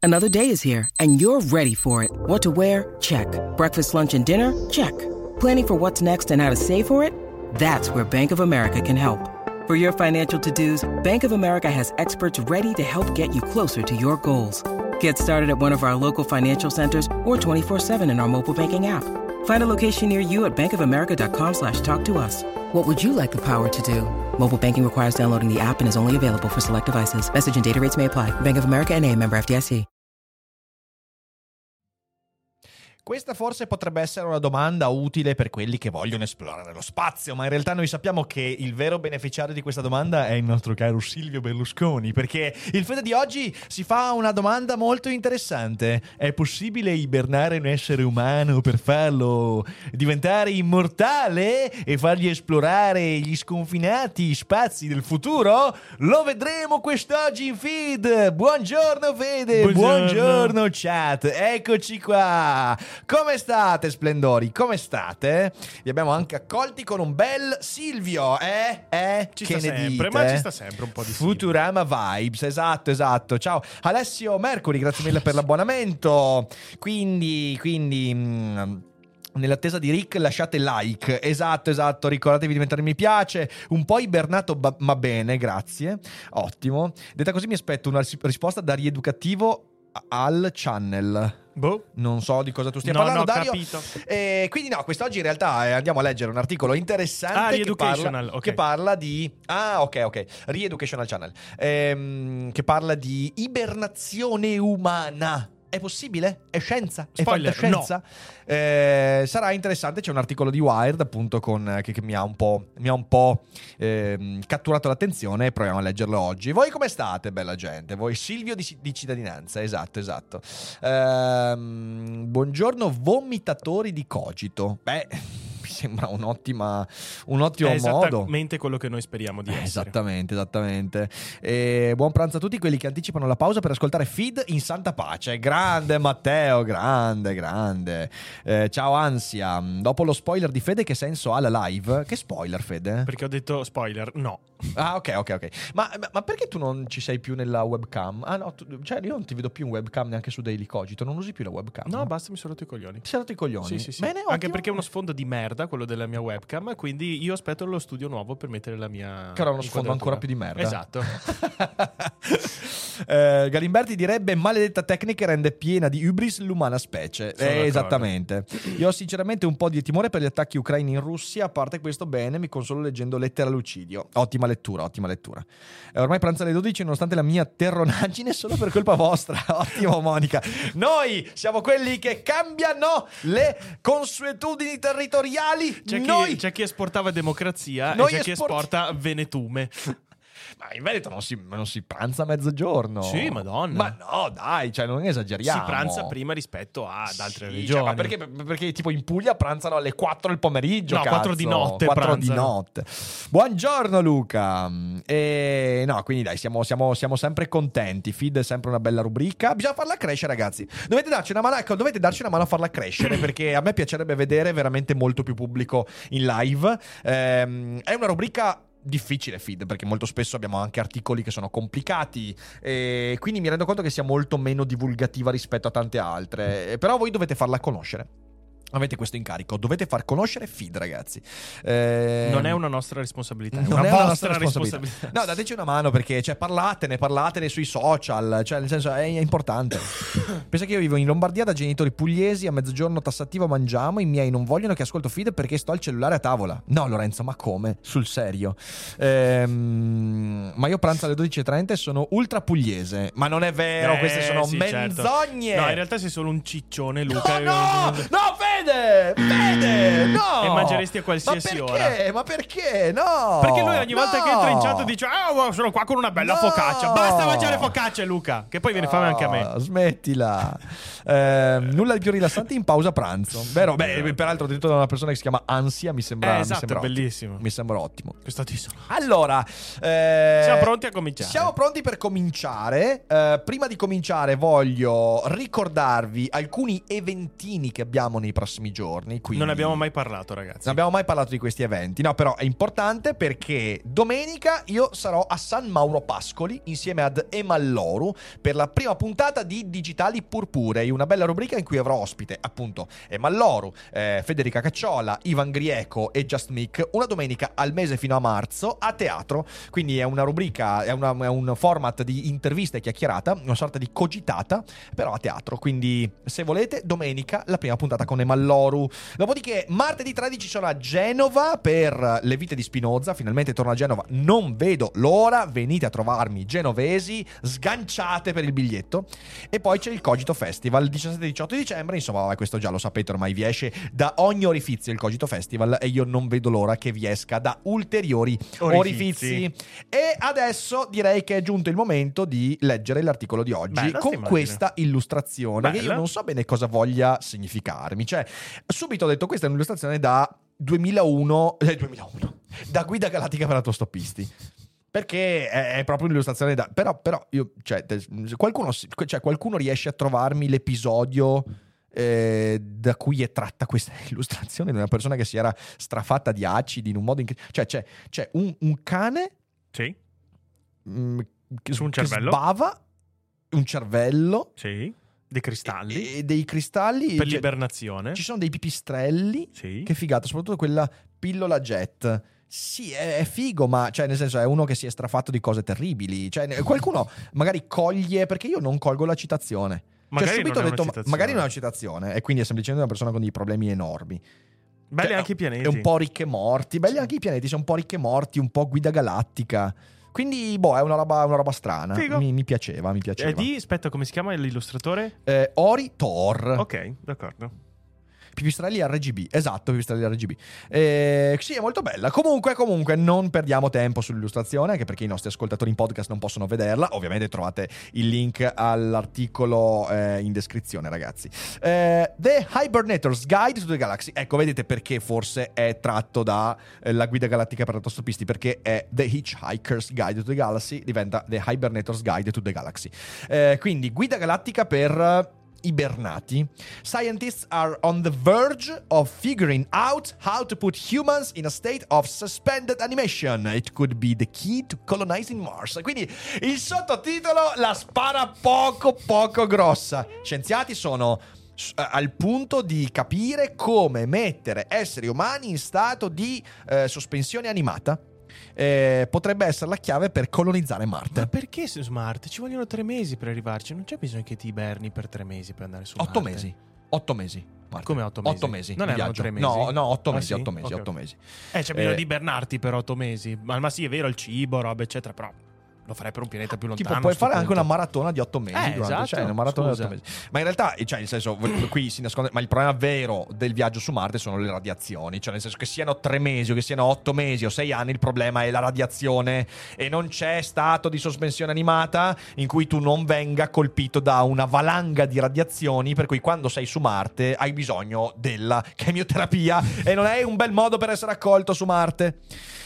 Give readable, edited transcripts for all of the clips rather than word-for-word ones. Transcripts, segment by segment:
Another day is here, and you're ready for it. What to wear? Check. Breakfast, lunch, and dinner? Check. Planning for what's next and how to save for it? That's where Bank of America can help. For your financial to-dos, Bank of America has experts ready to help get you closer to your goals. Get started at one of our local financial centers or 24/7 in our mobile banking app. Find a location near you at bankofamerica.com/talktous. What would you like the power to do? Mobile banking requires downloading the app and is only available for select devices. Message and data rates may apply. Bank of America N.A., member FDIC. Questa forse potrebbe essere una domanda utile per quelli che vogliono esplorare lo spazio, ma in realtà noi sappiamo che il vero beneficiario di questa domanda è il nostro caro Silvio Berlusconi, perché il Fede di oggi si fa una domanda molto interessante. È possibile ibernare un essere umano per farlo diventare immortale e fargli esplorare gli sconfinati spazi del futuro? Lo vedremo quest'oggi in feed. Buongiorno Fede, buongiorno chat, eccoci qua. Come state, splendori? Come state? Vi abbiamo anche accolti con un bel Silvio, Ci che sta ne sempre, dite? ma ci sta sempre un po' di Futurama vibes, esatto. Ciao Alessio Mercuri, grazie mille per l'abbonamento. Quindi nell'attesa di Rick lasciate like. Esatto, ricordatevi di mettere mi piace. Un po' ibernato ma bene, grazie. Ottimo. Detta così mi aspetto una risposta da rieducativo al channel. Non so di cosa tu stia parlando, Dario. Capito. Quindi no, quest'oggi in realtà andiamo a leggere un articolo interessante che parla di Re-Educational Channel, che parla di ibernazione umana. È possibile? È scienza? Spoiler, è fantascienza? No. Sarà interessante. C'è un articolo di Wired appunto che mi ha un po' catturato l'attenzione e proviamo a leggerlo oggi. Voi come state, bella gente? Voi Silvio di Cittadinanza, esatto. Buongiorno vomitatori di cogito. Mi sembra un ottimo modo. Esattamente quello che noi speriamo di essere. Esattamente. Buon pranzo a tutti quelli che anticipano la pausa per ascoltare feed in santa pace. Grande Matteo, grande. Ciao Ansia. Dopo lo spoiler di Fede, che senso ha la live? Che spoiler, Fede? Perché ho detto spoiler, no. Ah, ok. Ma perché tu non ci sei più nella webcam? Ah no, cioè io non ti vedo più in webcam neanche su Daily Cogito. Non usi più la webcam? No, basta, mi sono rotto i coglioni. Ti sei rotto i coglioni? Sì. Bene, anche ottimo. perché è uno sfondo di merda quello della mia webcam, quindi io aspetto lo studio nuovo per mettere la mia che era uno sfondo ancora più di merda. Esatto. Galimberti direbbe: maledetta tecnica rende piena di hubris l'umana specie. Esattamente. Io ho sinceramente un po' di timore per gli attacchi ucraini in Russia. A parte questo, bene, mi consolo leggendo Lettere a Lucidio. Ottima lettura. Ormai pranzo alle 12 nonostante la mia terronaggine solo per colpa vostra. Ottimo Monica. Noi siamo quelli che cambiano le consuetudini territoriali. C'è chi esportava democrazia e c'è chi esporta venetume. Ma in Veneto non si pranza a mezzogiorno. Sì, madonna. Ma no, dai, cioè non esageriamo. Si pranza prima rispetto ad altre regioni. Cioè, ma perché tipo in Puglia pranzano alle 4 del pomeriggio? No, 4 di notte. 4 di notte. Buongiorno Luca. Quindi dai, siamo sempre contenti. Feed è sempre una bella rubrica. Bisogna farla crescere, ragazzi. Dovete darci una mano a farla crescere, perché a me piacerebbe vedere veramente molto più pubblico in live. È una rubrica difficile, feed, perché molto spesso abbiamo anche articoli che sono complicati e quindi mi rendo conto che sia molto meno divulgativa rispetto a tante altre, però voi dovete farla conoscere. Avete questo incarico, dovete far conoscere feed, ragazzi. Non è una nostra responsabilità, è una vostra responsabilità. No, dateci una mano, perché parlatene sui social, cioè nel senso è importante. Pensa che io vivo in Lombardia da genitori pugliesi, a mezzogiorno tassativo mangiamo, i miei non vogliono che ascolto feed perché sto al cellulare a tavola. No Lorenzo, ma come? Sul serio? Ma io pranzo alle 12:30 e sono ultra pugliese. Ma non è vero, queste sono menzogne. Certo. No, in realtà sei solo un ciccione, Luca. No, Fede, no! E mangeresti a qualsiasi ora. Ma perché? No! Perché lui ogni volta che entra in chat dice: sono qua con una bella focaccia. Basta mangiare focaccia, Luca, che poi viene fame anche a me. Smettila. Nulla di più rilassante in pausa pranzo. Vero? Peraltro detto da una persona che si chiama Ansia, mi sembra esatto, bellissimo. Mi sembra ottimo. Questo tesoro. Allora, siamo pronti a cominciare. Siamo pronti per cominciare. Prima di cominciare voglio ricordarvi alcuni eventini che abbiamo nei prossimi prossimi giorni. Quindi Non ne abbiamo mai parlato, ragazzi. non abbiamo mai parlato di questi eventi. No, però è importante perché domenica io sarò a San Mauro Pascoli insieme ad Emalloru per la prima puntata di Digitali Purpurei, una bella rubrica in cui avrò ospite appunto Emalloru, Federica Cacciola, Ivan Grieco e Just Mick, una domenica al mese fino a marzo a teatro. Quindi è una rubrica, è un format di intervista e chiacchierata, una sorta di cogitata, però a teatro. Quindi se volete, domenica la prima puntata con Emalloru. Dopodiché martedì 13 sono a Genova per Le vite di Spinoza, finalmente torno a Genova, non vedo l'ora, venite a trovarmi genovesi, sganciate per il biglietto. E poi c'è il Cogito Festival, 17-18 dicembre, insomma questo già lo sapete, ormai vi esce da ogni orifizio il Cogito Festival e io non vedo l'ora che vi esca da ulteriori orifizi. E adesso direi che è giunto il momento di leggere l'articolo di oggi. Bella con sta questa illustrazione che io Bella. non so bene cosa voglia significarmi. Cioè, subito ho detto, questa è un'illustrazione da 2001 da Guida Galattica per autostoppisti. Perché è proprio un'illustrazione da... Però io, qualcuno riesce a trovarmi l'episodio da cui è tratta questa illustrazione di una persona che si era strafatta di acidi in un modo cioè c'è un cane Sì. Su un cervello. che sbava un cervello Sì. Dei cristalli. e dei cristalli, Per cioè, l'ibernazione. ci sono dei pipistrelli. Sì. Che figata, soprattutto quella pillola jet. Sì, è figo, ma cioè nel senso è uno che si è strafatto di cose terribili. Cioè qualcuno magari coglie, perché io non colgo la citazione. Magari cioè subito non ho è detto una citazione. magari non è una citazione e quindi è semplicemente una persona con dei problemi enormi. Belli Cioè, anche i pianeti. È un po' Ricche e Morti. Belli anche i pianeti, sono un po' Ricche e Morti, un po' Guida Galattica. Quindi, è una roba strana. Figo. Mi piaceva. Aspetta, come si chiama l'illustratore? Ori Thor. Ok, d'accordo. Pipistrelli RGB, esatto, Pipistrelli RGB. Sì, è molto bella. Comunque, non perdiamo tempo sull'illustrazione, anche perché i nostri ascoltatori in podcast non possono vederla. Ovviamente trovate il link all'articolo in descrizione, ragazzi. The Hibernator's Guide to the Galaxy. Ecco, vedete perché forse è tratto da la Guida Galattica per autostoppisti, perché è The Hitchhiker's Guide to the Galaxy, diventa The Hibernator's Guide to the Galaxy. Quindi, Guida Galattica per ibernati. Scientists are on the verge of figuring out how to put humans in a state of suspended animation. It could be the key to colonizing Mars. Quindi il sottotitolo la spara poco grossa. Scienziati sono al punto di capire come mettere esseri umani in stato di sospensione animata. Potrebbe essere la chiave per colonizzare Marte. Ma perché su Marte? Ci vogliono 3 mesi per arrivarci. Non c'è bisogno che ti iberni per 3 mesi per andare su Marte. 8 mesi. Marte. Come 8 mesi? 8 mesi. Non di erano viaggio. 3 mesi? No, 8 Ah, mesi, sì? 8 mesi, Ok, 8 ok. mesi. C'è bisogno di ibernarti per 8 mesi. Ma sì, è vero, il cibo, roba, eccetera, però lo farei per un pianeta più lontano. Tipo, puoi a sto fare anche punto. una maratona di 8 mesi. Esatto, Cioè, una maratona scusa. di 8 mesi. Ma in realtà, cioè, nel senso, qui si nasconde. Ma il problema vero del viaggio su Marte sono le radiazioni. Cioè, nel senso che siano 3 mesi o che siano 8 mesi o 6 anni, il problema è la radiazione. E non c'è stato di sospensione animata in cui tu non venga colpito da una valanga di radiazioni. Per cui quando sei su Marte hai bisogno della chemioterapia. E non è un bel modo per essere accolto su Marte.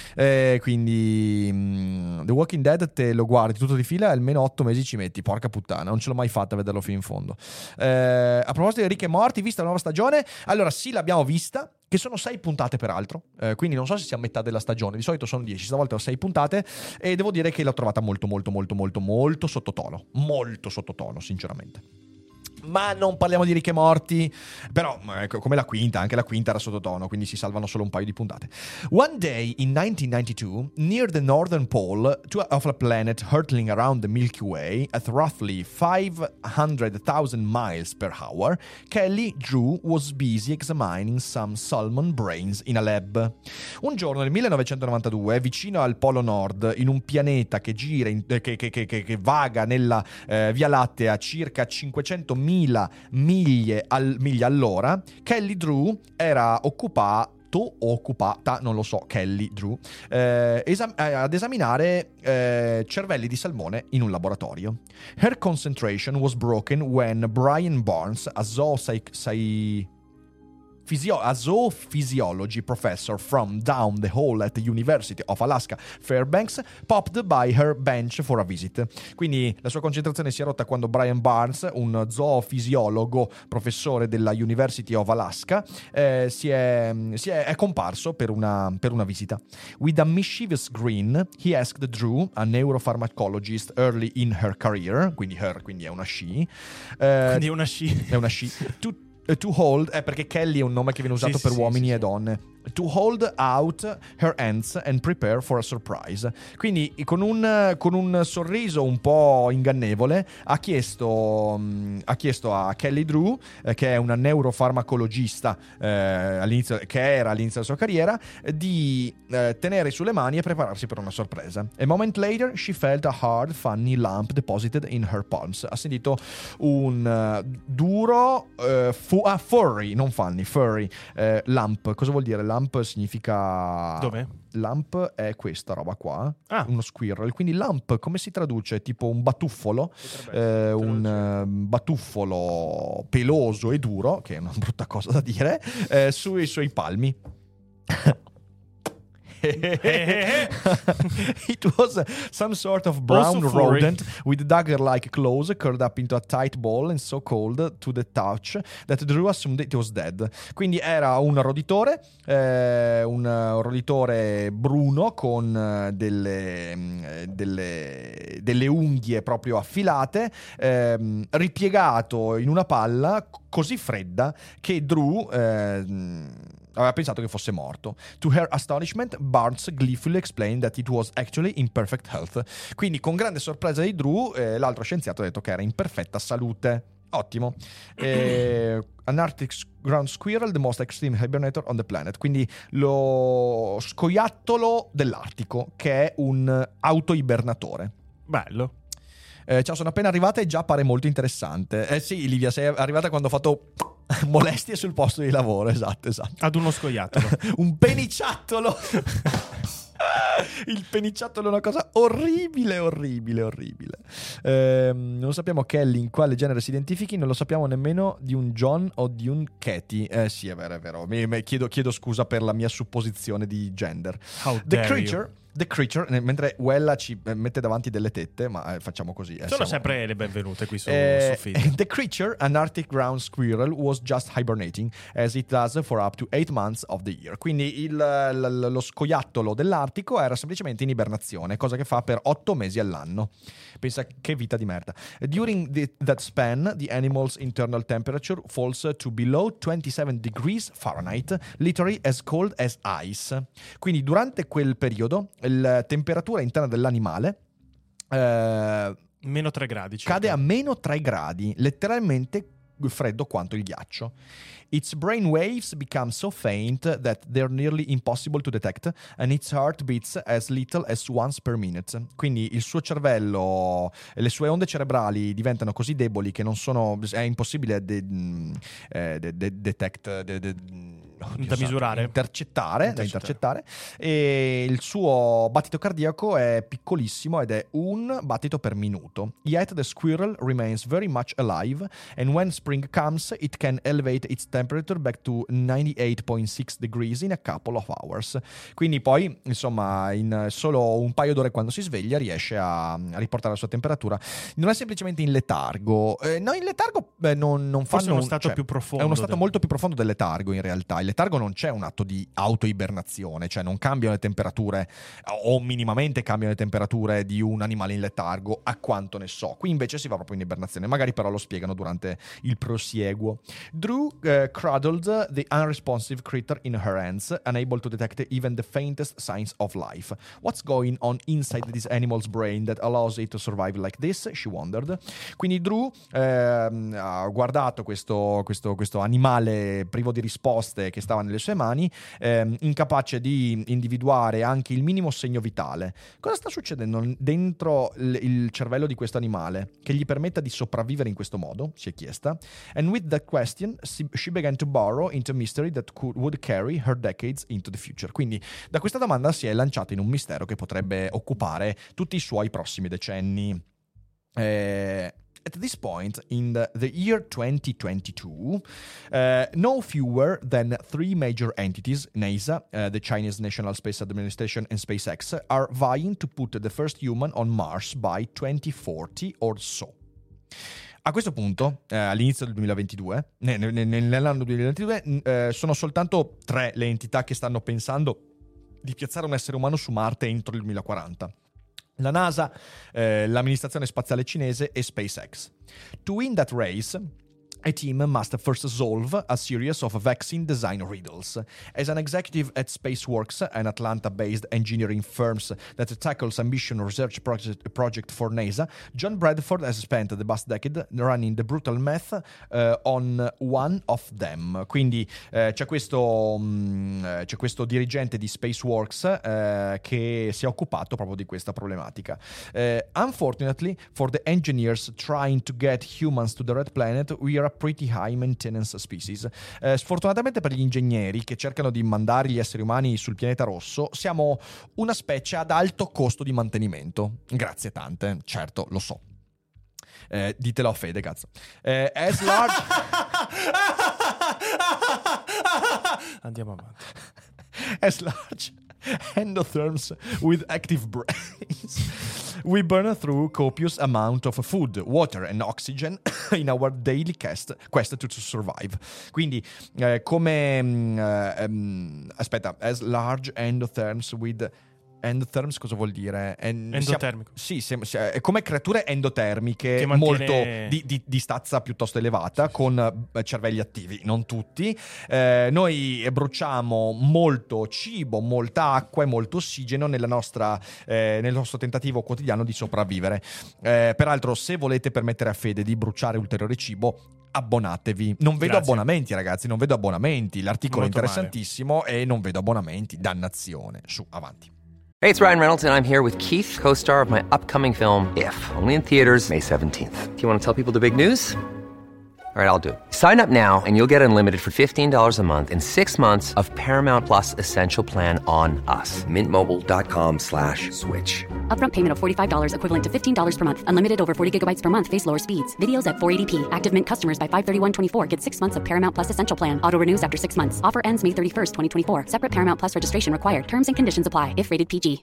Quindi The Walking Dead te lo guardi tutto di fila e almeno 8 mesi ci metti. Porca puttana, non ce l'ho mai fatta a vederlo fino in fondo. A proposito di Ricche e Morti, vista la nuova stagione? Allora sì, l'abbiamo vista, che sono 6 puntate peraltro, quindi non so se sia a metà della stagione. Di solito sono 10, stavolta ho 6 puntate e devo dire che l'ho trovata molto sottotono. Molto sottotono, sinceramente. Ma non parliamo di Ricche e Morti. Però, come la quinta, anche la quinta era sottotono, quindi si salvano solo un paio di puntate. One day in 1992, near the northern pole of a planet hurtling around the Milky Way at roughly 500,000 miles per hour, Kelly Drew was busy examining some salmon brains in a lab. Un giorno nel 1992, vicino al Polo Nord, in un pianeta che gira, che vaga nella Via Lattea a circa 500.000 miglia all'ora, Kelly Drew era occupata, non lo so, Kelly Drew, ad esaminare cervelli di salmone in un laboratorio. Her concentration was broken when Brian Barnes, a a zoophysiology professor from down the hall at the University of Alaska Fairbanks popped by her bench for a visit. Quindi la sua concentrazione si è rotta quando Brian Barnes, un zoofisiologo professore della University of Alaska, è comparso per una visita. With a mischievous grin, he asked Drew, a neuropharmacologist early in her career, quindi è una she. Quindi è una she. È una she. To hold, perché Kelly è un nome che viene usato per uomini e donne. To hold out her hands and prepare for a surprise. Quindi con un sorriso un po' ingannevole ha chiesto a Kelly Drew, che è una neurofarmacologista che era all'inizio della sua carriera, di tenere sulle mani e prepararsi per una sorpresa. A moment later she felt a hard funny lump deposited in her palms. Ha sentito un duro furry, non funny, furry lump. Cosa vuol dire? Lump significa... Dove? Lump è questa roba qua, uno squirrel. Quindi lump come si traduce? Tipo un batuffolo, batuffolo peloso e duro, che è una brutta cosa da dire, sui suoi palmi. It was some sort of brown rodent with dagger-like claws curled up into a tight ball and so cold to the touch that Drew assumed it was dead. Quindi era un roditore bruno con delle unghie proprio affilate, ripiegato in una palla così fredda che Drew aveva pensato che fosse morto. To her astonishment, Barnes gleefully explained that it was actually in perfect health. Quindi, con grande sorpresa di Drew, l'altro scienziato ha detto che era in perfetta salute. Ottimo. An Arctic ground squirrel, the most extreme hibernator on the planet. Quindi lo scoiattolo dell'Artico, che è un autoibernatore. Bello. Ciao, sono appena arrivata e già pare molto interessante. Sì, Livia, sei arrivata quando ho fatto molestie sul posto di lavoro. Esatto. Ad uno scoiattolo. Un peniciattolo. Il peniciattolo è una cosa orribile. Non sappiamo Kelly in quale genere si identifichi, non lo sappiamo nemmeno di un John o di un Katie. Sì, è vero. Chiedo scusa per la mia supposizione di gender. The creature, mentre Wella ci mette davanti delle tette, ma facciamo così. Sono sempre le benvenute qui su feed. The creature, an Arctic ground squirrel, was just hibernating, as it does for up to 8 months of the year. Quindi lo scoiattolo dell'Artico era semplicemente in ibernazione, cosa che fa per 8 mesi all'anno. Pensa che vita di merda. During that span, the animal's internal temperature falls to below 27 degrees Fahrenheit, literally as cold as ice. Quindi durante quel periodo la temperatura interna dell'animale meno 3 gradi cade a meno 3 gradi, letteralmente freddo quanto il ghiaccio. Its brain waves become so faint that they're nearly impossible to detect, and its heart beats as little as once per minute. Quindi il suo cervello, le sue onde cerebrali diventano così deboli che è impossibile da intercettare, e il suo battito cardiaco è piccolissimo ed è un battito per minuto. Yet the squirrel remains very much alive, and when spring comes it can elevate its temperature back to 98.6 degrees in a couple of hours. Quindi poi, insomma, in solo un paio d'ore, quando si sveglia, riesce a riportare la sua temperatura. Non è semplicemente in letargo. No, in letargo non fanno... Forse è uno stato più profondo. È uno stato molto più profondo del letargo, in realtà. Il letargo non c'è un atto di autoibernazione, cioè non cambiano le temperature, o minimamente cambiano le temperature di un animale in letargo, a quanto ne so. Qui invece si va proprio in ibernazione. Magari però lo spiegano durante il prosieguo. Drew cradled the unresponsive creature in her hands, unable to detect even the faintest signs of life. What's going on inside this animal's brain that allows it to survive like this? She wondered. Quindi Drew ha guardato questo animale privo di risposte che stava nelle sue mani, incapace di individuare anche il minimo segno vitale. Cosa sta succedendo dentro il cervello di questo animale che gli permetta di sopravvivere in questo modo? Si è chiesta. And with that question she began to burrow into a mystery that would carry her decades into the future. Quindi da questa domanda si è lanciata in un mistero che potrebbe occupare tutti i suoi prossimi decenni. at this point, in the year 2022, no fewer than 3 major entities, NASA, the Chinese National Space Administration, and SpaceX, are vying to put the first human on Mars by 2040 or so. A questo punto, all'inizio del 2022, nell'anno 2022, sono soltanto 3 le entità che stanno pensando di piazzare un essere umano su Marte entro il 2040. La NASA, l'amministrazione spaziale cinese e SpaceX. To win that race, a team must first solve a series of vaccine design riddles. As an executive at SpaceWorks, an Atlanta-based engineering firm that tackles ambition research project for NASA, John Bradford has spent the past decade running the brutal math on one of them. Quindi c'è questo dirigente di SpaceWorks che si è occupato proprio di questa problematica. Unfortunately, for the engineers trying to get humans to the red planet, we are a pretty high maintenance species. Sfortunatamente per gli ingegneri che cercano di mandare gli esseri umani sul pianeta rosso, siamo una specie ad alto costo di mantenimento. Grazie tante, certo, lo so. Ditelo a Fede, cazzo. As large... Andiamo avanti. As large endotherms with active brains, we burn through copious amount of food, water and oxygen in our daily quest to survive. Quindi as large endotherms with... Endotherms cosa vuol dire? Endotermico. Sì, è come creature endotermiche mantiene... molto di stazza piuttosto elevata, con cervelli attivi, non tutti. Noi bruciamo molto cibo, molta acqua e molto ossigeno nel nostro tentativo quotidiano di sopravvivere. Peraltro, se volete permettere a Fede di bruciare ulteriore cibo, abbonatevi. Non vedo abbonamenti, ragazzi, non vedo abbonamenti. L'articolo Molto è interessantissimo e non vedo abbonamenti. Dannazione. Su, avanti. Hey, it's Ryan Reynolds, and I'm here with Keith, co-star of my upcoming film, If, only in theaters May 17th. Do you want to tell people the big news? All right, I'll do it. Sign up now and you'll get unlimited for $15 a month and 6 months of Paramount Plus Essential Plan on us. MintMobile.com/switch. Upfront payment of $45 equivalent to $15 per month. Unlimited over 40 gigabytes per month. Face lower speeds. Videos at 480p. Active Mint customers by 531.24 get 6 months of Paramount Plus Essential Plan. Auto renews after 6 months. Offer ends May 31st, 2024. Separate Paramount Plus registration required. Terms and conditions apply if rated PG.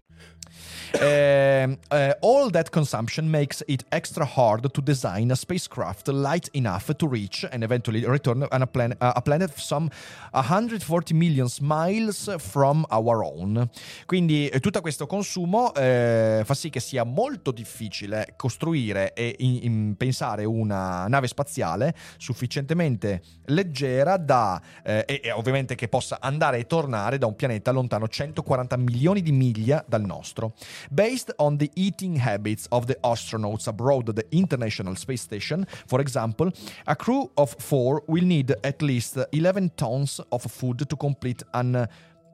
All that consumption makes it extra hard to design a spacecraft light enough to reach and eventually return on a planet some 140 million miles from our own. Quindi tutto questo consumo fa sì che sia molto difficile costruire e pensare una nave spaziale sufficientemente leggera e ovviamente che possa andare e tornare da un pianeta lontano 140 milioni di miglia dal nostro. Based on the eating habits of the astronauts aboard the International Space Station, for example, a crew of 4 will need at least 11 tons of food to complete an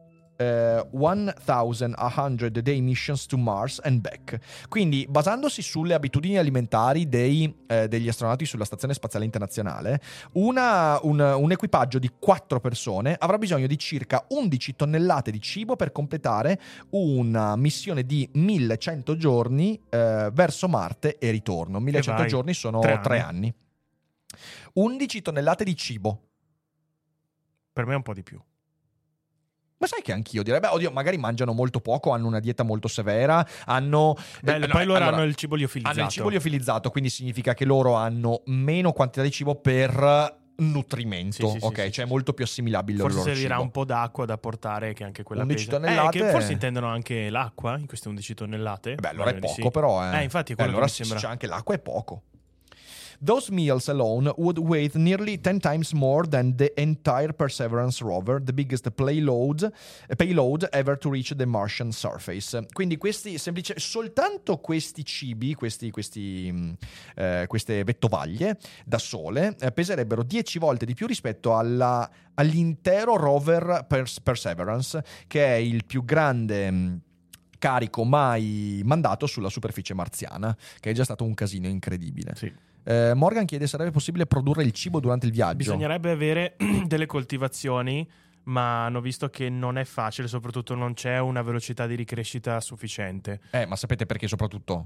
1,100 day missions to Mars and back. Quindi, basandosi sulle abitudini alimentari degli astronauti sulla Stazione Spaziale Internazionale, un equipaggio di 4 persone avrà bisogno di circa 11 tonnellate di cibo per completare una missione di 1100 giorni verso Marte e ritorno. 1100 giorni sono 3 anni. 11 tonnellate di cibo. Per me è un po' di più. Ma sai che anch'io direi, oddio, magari mangiano molto poco, hanno una dieta molto severa, hanno... poi loro hanno il cibo liofilizzato. Hanno il cibo liofilizzato, quindi significa che loro hanno meno quantità di cibo per nutrimento, cioè molto più assimilabile al loro cibo. Forse servirà un po' d'acqua da portare, che anche quella 11 pesa. tonnellate... Che forse intendono anche l'acqua in queste 11 tonnellate. Allora è poco però, infatti quello allora mi sembra... c'è anche l'acqua, è poco. Those meals alone would weigh nearly 10 times more than the entire Perseverance rover, the biggest payload ever to reach the Martian surface. Quindi soltanto questi cibi, queste vettovaglie da sole peserebbero 10 volte di più rispetto all'intero rover Perseverance, che è il più grande carico mai mandato sulla superficie marziana, che è già stato un casino incredibile. Sì. Morgan chiede: sarebbe possibile produrre il cibo durante il viaggio? Bisognerebbe avere delle coltivazioni, ma hanno visto che non è facile, soprattutto non c'è una velocità di ricrescita sufficiente. Ma sapete perché soprattutto?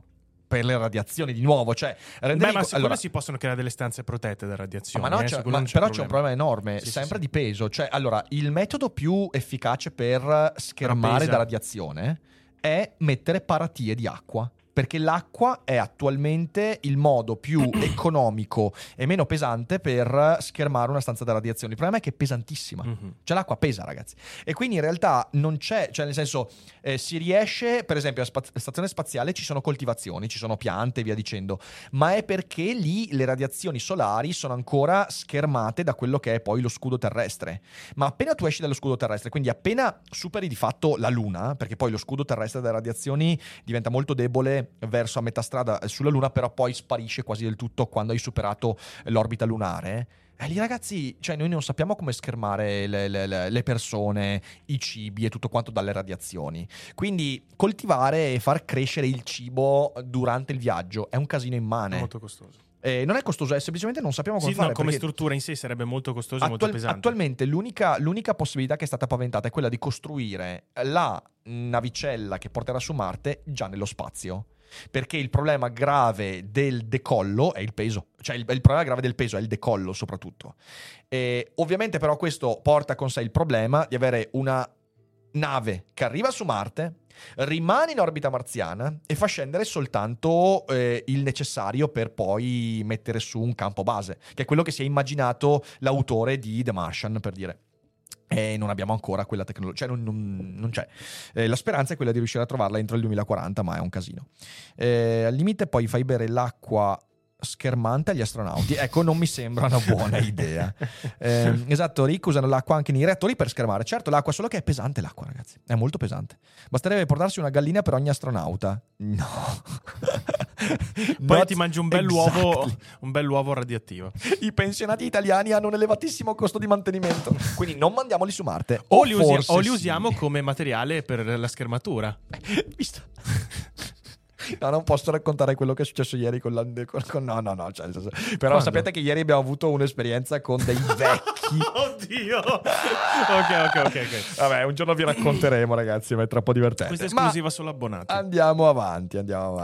per le radiazioni di nuovo, cioè Ma secondo si possono creare delle stanze protette da radiazioni. Ma no, però c'è un problema enorme, sì, sempre sì. di peso. Cioè, allora, il metodo più efficace per schermare da radiazione è mettere paratie di acqua. Perché l'acqua è attualmente il modo più economico e meno pesante per schermare una stanza da radiazioni. Il problema è che è pesantissima. Cioè l'acqua pesa, ragazzi. E quindi in realtà non c'è, cioè nel senso si riesce, per esempio alla stazione spaziale ci sono coltivazioni, ci sono piante e via dicendo, ma è perché lì le radiazioni solari sono ancora schermate da quello che è poi lo scudo terrestre. Ma appena tu esci dallo scudo terrestre, quindi appena superi di fatto la Luna, perché poi lo scudo terrestre delle radiazioni diventa molto debole verso a metà strada sulla Luna, però poi sparisce quasi del tutto quando hai superato l'orbita lunare. E lì, ragazzi, cioè noi non sappiamo come schermare le persone, i cibi e tutto quanto dalle radiazioni. Quindi coltivare e far crescere il cibo durante il viaggio è un casino immane. È molto costoso. Non è costoso, è semplicemente non sappiamo come fare. No, come perché struttura in sé sarebbe molto costoso e molto pesante. Attualmente l'unica possibilità che è stata paventata è quella di costruire la navicella che porterà su Marte già nello spazio. Perché il problema grave del decollo è il peso. Cioè il problema grave del peso è il decollo soprattutto. Ovviamente però questo porta con sé il problema di avere una nave che arriva su Marte, rimane in orbita marziana e fa scendere soltanto il necessario per poi mettere su un campo base, che è quello che si è immaginato l'autore di The Martian, per dire. E non abbiamo ancora quella tecnologia, cioè non c'è. La speranza è quella di riuscire a trovarla entro il 2040, ma è un casino. Al limite poi fai bere l'acqua schermante agli astronauti. Ecco, non mi sembra una buona idea. Esatto, Rick, usano l'acqua anche nei reattori per schermare. Certo, l'acqua, solo che è pesante l'acqua, ragazzi. È molto pesante. Basterebbe portarsi una gallina per ogni astronauta. No. Poi ti mangi un bell'uovo radioattivo. I pensionati italiani hanno un elevatissimo costo di mantenimento, quindi non mandiamoli su Marte. O li usiamo come materiale per la schermatura. Visto? No, non posso raccontare quello che è successo ieri con no, cioè, però sapete che ieri abbiamo avuto un'esperienza con dei vecchi. Oddio. Ok. Vabbè, un giorno vi racconteremo, ragazzi, ma è troppo divertente. Questa è esclusiva solo abbonati. Andiamo avanti.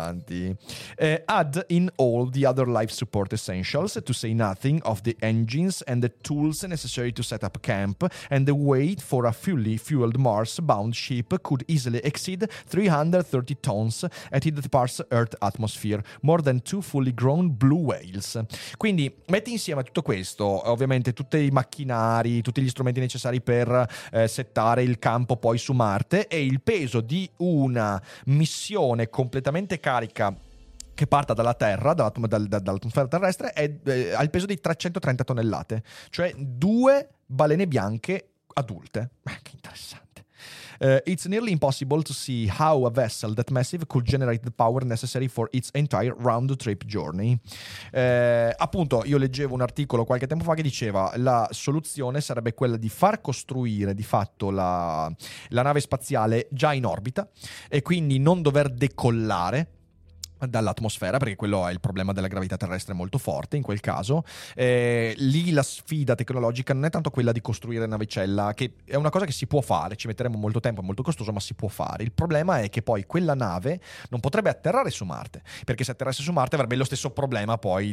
Add in all the other life support essentials, to say nothing of the engines and the tools necessary to set up camp, and the weight for a fully fueled Mars-bound ship could easily exceed 330 tons at it parts Earth atmosphere, more than 2 fully grown blue whales. Quindi metti insieme tutto questo, ovviamente tutti i macchinari, tutti gli strumenti necessari per settare il campo poi su Marte, e il peso di una missione completamente carica che parta dalla Terra, dall'atmosfera terrestre, ha il peso di 330 tonnellate, cioè 2 balene bianche adulte. Che interessante. It's nearly impossible to see how a vessel that massive could generate the power necessary for its entire round-trip journey. Appunto, io leggevo un articolo qualche tempo fa che diceva la soluzione sarebbe quella di far costruire di fatto la nave spaziale già in orbita e quindi non dover decollare dall'atmosfera, perché quello è il problema della gravità terrestre molto forte in quel caso. Lì la sfida tecnologica non è tanto quella di costruire navicella, che è una cosa che si può fare, ci metteremo molto tempo, è molto costoso, ma si può fare. Il problema è che poi quella nave non potrebbe atterrare su Marte, perché se atterrasse su Marte avrebbe lo stesso problema poi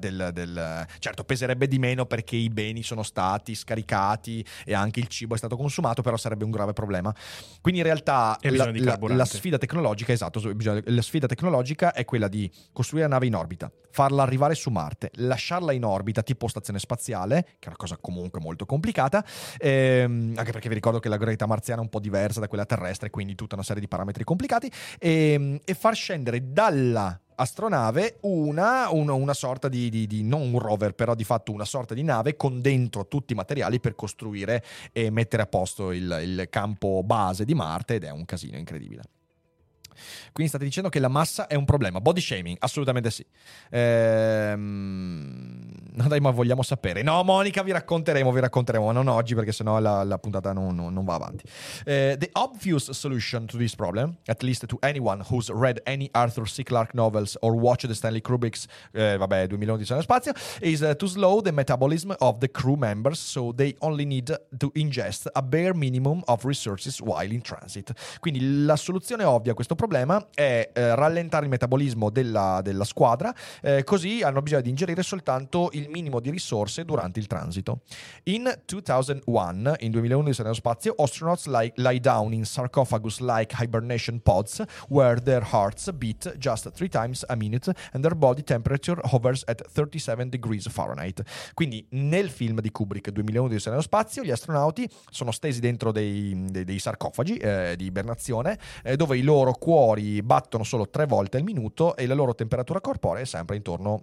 certo, peserebbe di meno perché i beni sono stati scaricati e anche il cibo è stato consumato, però sarebbe un grave problema. Quindi in realtà la sfida tecnologica, esatto, la sfida tecnologica è quella di costruire una nave in orbita, farla arrivare su Marte, lasciarla in orbita tipo stazione spaziale, che è una cosa comunque molto complicata, anche perché vi ricordo che la gravità marziana è un po' diversa da quella terrestre, quindi tutta una serie di parametri complicati, e far scendere dalla astronave una sorta di non un rover, però di fatto una sorta di nave con dentro tutti i materiali per costruire e mettere a posto il campo base di Marte, ed è un casino incredibile. Quindi state dicendo che la massa è un problema. Body shaming, assolutamente sì. No dai, ma vogliamo sapere. No, Monica, vi racconteremo, ma non oggi perché sennò la puntata non va avanti. The obvious solution to this problem, at least to anyone who's read any Arthur C. Clarke novels or watched the Stanley Kubrick's 2001 nello spazio, is to slow the metabolism of the crew members so they only need to ingest a bare minimum of resources while in transit. Quindi la soluzione ovvia a questo problema è rallentare il metabolismo della squadra, così hanno bisogno di ingerire soltanto il minimo di risorse durante il transito. In 2001, in 2011 nello spazio, astronauts lie down in sarcophagus-like hibernation pods where their hearts beat just 3 times a minute and their body temperature hovers at 37 degrees Fahrenheit. Quindi nel film di Kubrick 2011 nello spazio, gli astronauti sono stesi dentro dei sarcofagi di ibernazione, dove i loro cuori battono solo 3 volte al minuto e la loro temperatura corporea è sempre intorno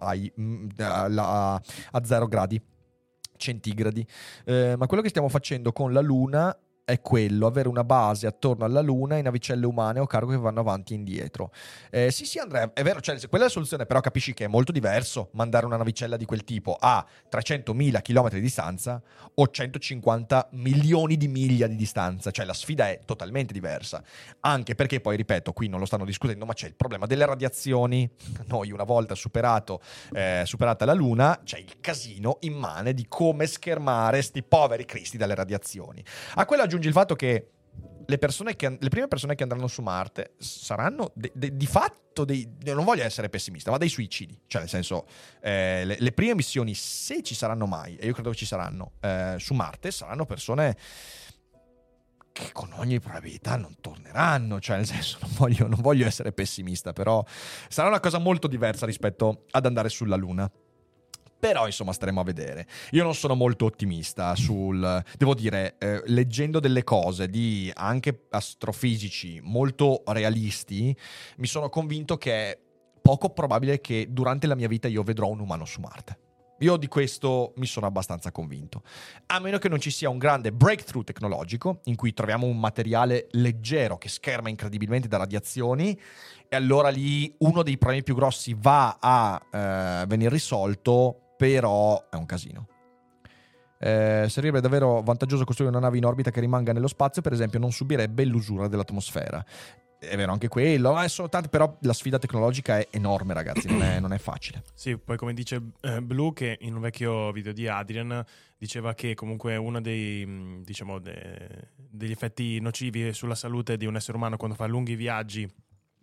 a 0 gradi centigradi. Ma quello che stiamo facendo con la Luna è quello, avere una base attorno alla Luna in navicelle umane o cargo che vanno avanti e indietro. Sì, Andrea, è vero, cioè, quella è la soluzione, però capisci che è molto diverso mandare una navicella di quel tipo a 300.000 km di distanza o 150 milioni di miglia di distanza, cioè la sfida è totalmente diversa, anche perché poi, ripeto, qui non lo stanno discutendo, ma c'è il problema delle radiazioni. Noi una volta superata la Luna, c'è il casino immane di come schermare sti poveri cristi dalle radiazioni. A quello aggiungi il fatto che le prime persone che andranno su Marte saranno di fatto non voglio essere pessimista, ma dei suicidi. Cioè, nel senso, le prime missioni, se ci saranno mai, e io credo che ci saranno, su Marte, saranno persone che con ogni probabilità non torneranno. Cioè, nel senso, non voglio essere pessimista, però sarà una cosa molto diversa rispetto ad andare sulla Luna. Però, insomma, staremo a vedere. Io non sono molto ottimista devo dire, leggendo delle cose di anche astrofisici molto realisti, mi sono convinto che è poco probabile che durante la mia vita io vedrò un umano su Marte. Io di questo mi sono abbastanza convinto. A meno che non ci sia un grande breakthrough tecnologico in cui troviamo un materiale leggero che scherma incredibilmente da radiazioni, e allora lì uno dei problemi più grossi va a venire risolto. Però è un casino. Sarebbe davvero vantaggioso costruire una nave in orbita che rimanga nello spazio, per esempio non subirebbe l'usura dell'atmosfera. È vero anche quello, però la sfida tecnologica è enorme, ragazzi, non è facile. Sì, poi come dice Blue, che in un vecchio video di Adrian diceva che comunque uno degli effetti nocivi sulla salute di un essere umano quando fa lunghi viaggi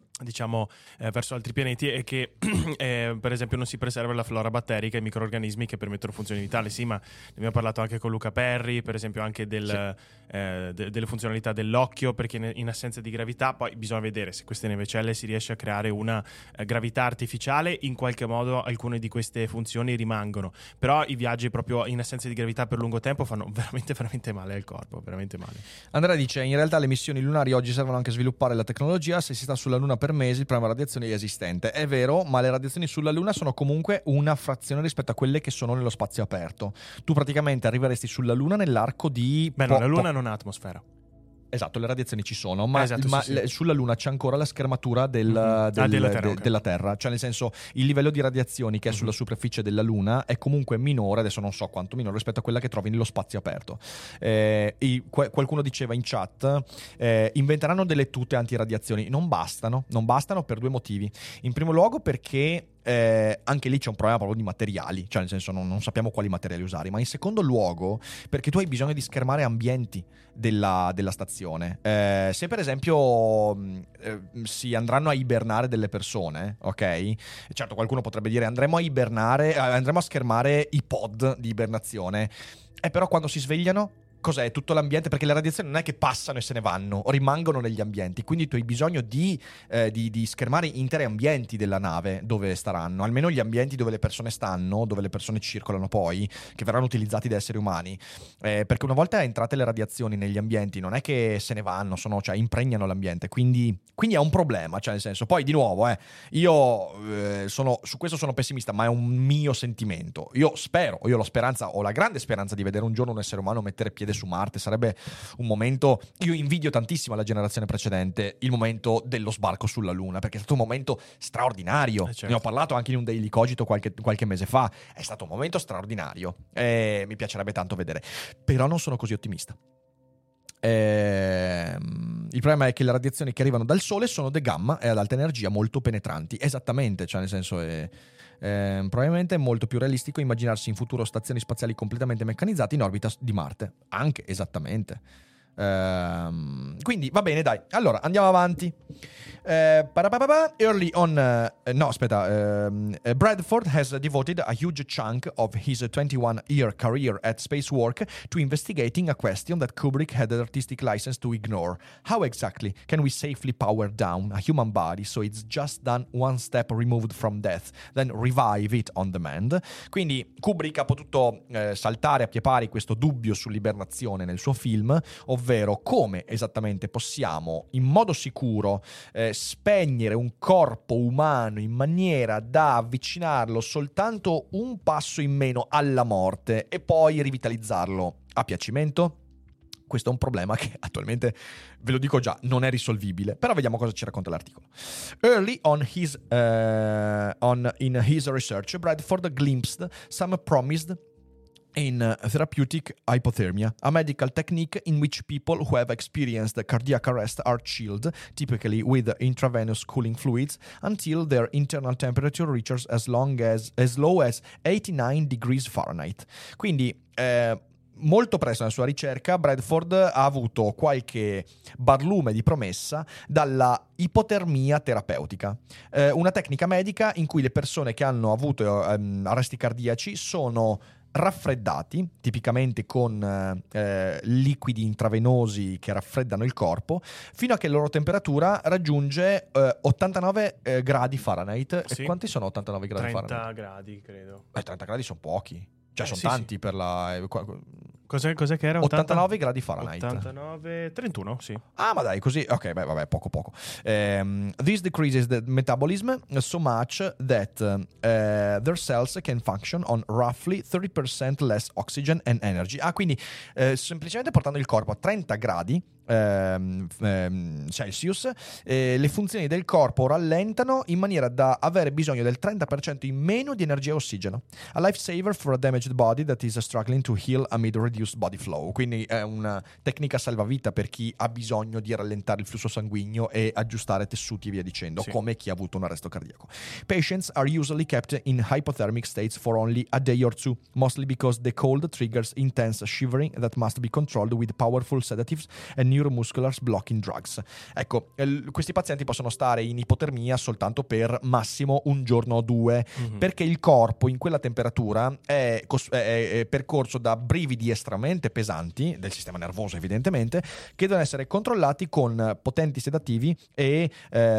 verso altri pianeti è che per esempio non si preserva la flora batterica e i microrganismi che permettono funzioni vitali. Sì, ma ne abbiamo parlato anche con Luca Perri, per esempio anche delle funzionalità dell'occhio, perché in assenza di gravità poi bisogna vedere se queste navicelle si riesce a creare una gravità artificiale. In qualche modo alcune di queste funzioni rimangono, però i viaggi proprio in assenza di gravità per lungo tempo fanno veramente veramente male al corpo, veramente male. Andrea dice: in realtà le missioni lunari oggi servono anche a sviluppare la tecnologia. Se si sta sulla Luna per mesi, il problema radiazioni è esistente. È vero, ma le radiazioni sulla Luna sono comunque una frazione rispetto a quelle che sono nello spazio aperto. Tu praticamente arriveresti sulla Luna nell'arco di... la Luna non ha atmosfera. Esatto, le radiazioni ci sono, ma sì. Sulla Luna c'è ancora la schermatura della Terra. Cioè, nel senso, il livello di radiazioni che è sulla superficie della Luna è comunque minore, adesso non so quanto minore, rispetto a quella che trovi nello spazio aperto. Qualcuno diceva in chat, inventeranno delle tute antiradiazioni. Non bastano per 2 motivi. In primo luogo perché anche lì c'è un problema proprio di materiali, cioè nel senso non sappiamo quali materiali usare, ma in secondo luogo perché tu hai bisogno di schermare ambienti della stazione. Se per esempio si andranno a ibernare delle persone, ok? Certo, qualcuno potrebbe dire andremo a schermare i pod di ibernazione, però quando si svegliano cos'è tutto l'ambiente? Perché le radiazioni non è che passano e se ne vanno, o rimangono negli ambienti, quindi tu hai bisogno di schermare interi ambienti della nave dove staranno, almeno gli ambienti dove le persone stanno, dove le persone circolano poi, che verranno utilizzati da esseri umani, perché una volta entrate le radiazioni negli ambienti non è che se ne vanno, cioè impregnano l'ambiente, quindi è un problema, cioè nel senso, poi di nuovo io su questo sono pessimista, ma è un mio sentimento. Io ho la speranza, ho la grande speranza di vedere un giorno un essere umano mettere piede piede su Marte. Sarebbe un momento, io invidio tantissimo alla generazione precedente il momento dello sbarco sulla Luna, perché è stato un momento straordinario. Certo. Ne ho parlato anche in un Daily Cogito qualche mese fa. È stato un momento straordinario e mi piacerebbe tanto vedere, però non sono così ottimista. Il problema è che le radiazioni che arrivano dal Sole sono de gamma e ad alta energia molto penetranti. Esattamente, cioè nel senso probabilmente è molto più realistico immaginarsi in futuro stazioni spaziali completamente meccanizzate in orbita di Marte. Anche, esattamente. Quindi va bene, dai. Allora andiamo avanti. Early on, Bradford has devoted a huge chunk of his 21-year career at Spacework to investigating a question that Kubrick had an artistic license to ignore. How exactly can we safely power down a human body so it's just done one step removed from death, then revive it on demand? Quindi Kubrick ha potuto saltare a pie pari questo dubbio sull'ibernazione nel suo film, ovvero come esattamente possiamo in modo sicuro spegnere un corpo umano in maniera da avvicinarlo soltanto un passo in meno alla morte e poi rivitalizzarlo a piacimento. Questo è un problema che attualmente, ve lo dico già, non è risolvibile, però vediamo cosa ci racconta l'articolo. Early in his research, Bradford glimpsed some promised in therapeutic hypothermia, a medical technique in which people who have experienced cardiac arrest are chilled, typically with intravenous cooling fluids, until their internal temperature reaches as low as 89 degrees Fahrenheit. Quindi, molto presto nella sua ricerca Bradford ha avuto qualche barlume di promessa dalla ipotermia terapeutica, una tecnica medica in cui le persone che hanno avuto arresti cardiaci sono raffreddati, tipicamente con liquidi intravenosi che raffreddano il corpo, fino a che la loro temperatura raggiunge 89 gradi Fahrenheit. Sì. E quanti sono 89 gradi 30 Fahrenheit? 30 gradi, credo. 30 gradi sono pochi. Cioè sono sì, tanti sì. Per la... Cos'è che era? 89 gradi Fahrenheit. 89, 31, sì. Ah, ma dai, così... Ok, beh, vabbè, poco. This decreases the metabolism so much that their cells can function on roughly 30% less oxygen and energy. Ah, quindi semplicemente portando il corpo a 30 gradi Celsius, le funzioni del corpo rallentano in maniera da avere bisogno del 30% in meno di energia e ossigeno. A lifesaver for a damaged body that is struggling to heal amid reduced body flow. Quindi è una tecnica salvavita per chi ha bisogno di rallentare il flusso sanguigno e aggiustare tessuti e via dicendo, sì, come chi ha avuto un arresto cardiaco. Patients are usually kept in hypothermic states for only a day or two, mostly because the cold triggers intense shivering that must be controlled with powerful sedatives and neuromuscular blocking drugs. Ecco, questi pazienti possono stare in ipotermia soltanto per massimo un giorno o due, perché il corpo in quella temperatura è percorso da brividi estremamente pesanti del sistema nervoso, evidentemente, che devono essere controllati con potenti sedativi e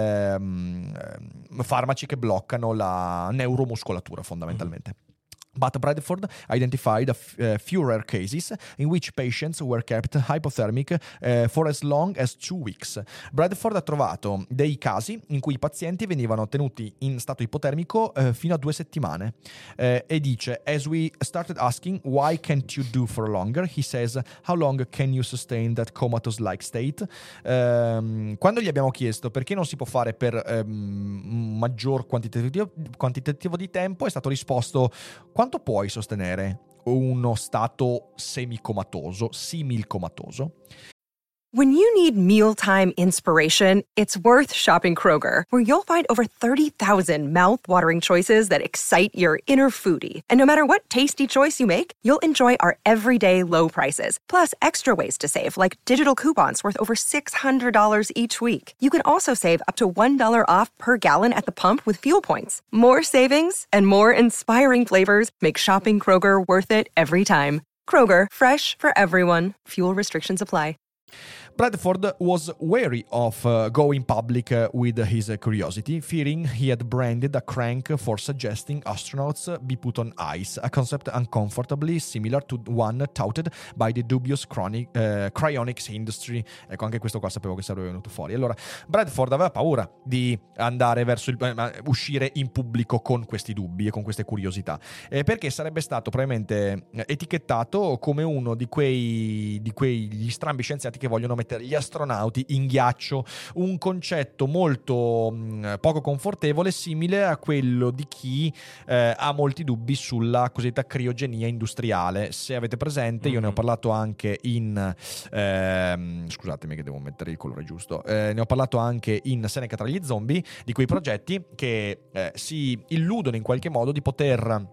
farmaci che bloccano la neuromuscolatura fondamentalmente. But Bradford identified a few rare cases in which patients were kept hypothermic for as long as 2 weeks. Bradford ha trovato dei casi in cui i pazienti venivano tenuti in stato ipotermico fino a 2 settimane. E dice, as we started asking why can't you do for longer, he says, how long can you sustain that comatose-like state? Quando gli abbiamo chiesto perché non si può fare per un maggior quantitativo di tempo, è stato risposto: quanto puoi sostenere uno stato semicomatoso, similcomatoso? When you need mealtime inspiration, it's worth shopping Kroger, where you'll find over 30,000 mouth-watering choices that excite your inner foodie. And no matter what tasty choice you make, you'll enjoy our everyday low prices, plus extra ways to save, like digital coupons worth over $600 each week. You can also save up to $1 off per gallon at the pump with fuel points. More savings and more inspiring flavors make shopping Kroger worth it every time. Kroger, fresh for everyone. Fuel restrictions apply. Bradford was wary of going public with his curiosity, fearing he had branded a crank for suggesting astronauts be put on ice, a concept uncomfortably similar to one touted by the dubious cryonics industry. Ecco, anche questo qua sapevo che sarebbe venuto fuori. Allora, Bradford aveva paura di andare verso uscire in pubblico con questi dubbi e con queste curiosità, perché sarebbe stato probabilmente etichettato come uno di quegli strambi scienziati che vogliono mettere gli astronauti in ghiaccio, un concetto molto poco confortevole, simile a quello di chi ha molti dubbi sulla cosiddetta criogenia industriale. Se avete presente, io ne ho parlato anche in scusatemi che devo mettere il colore giusto, ne ho parlato anche in Seneca tra gli zombie, di quei progetti che si illudono in qualche modo di poter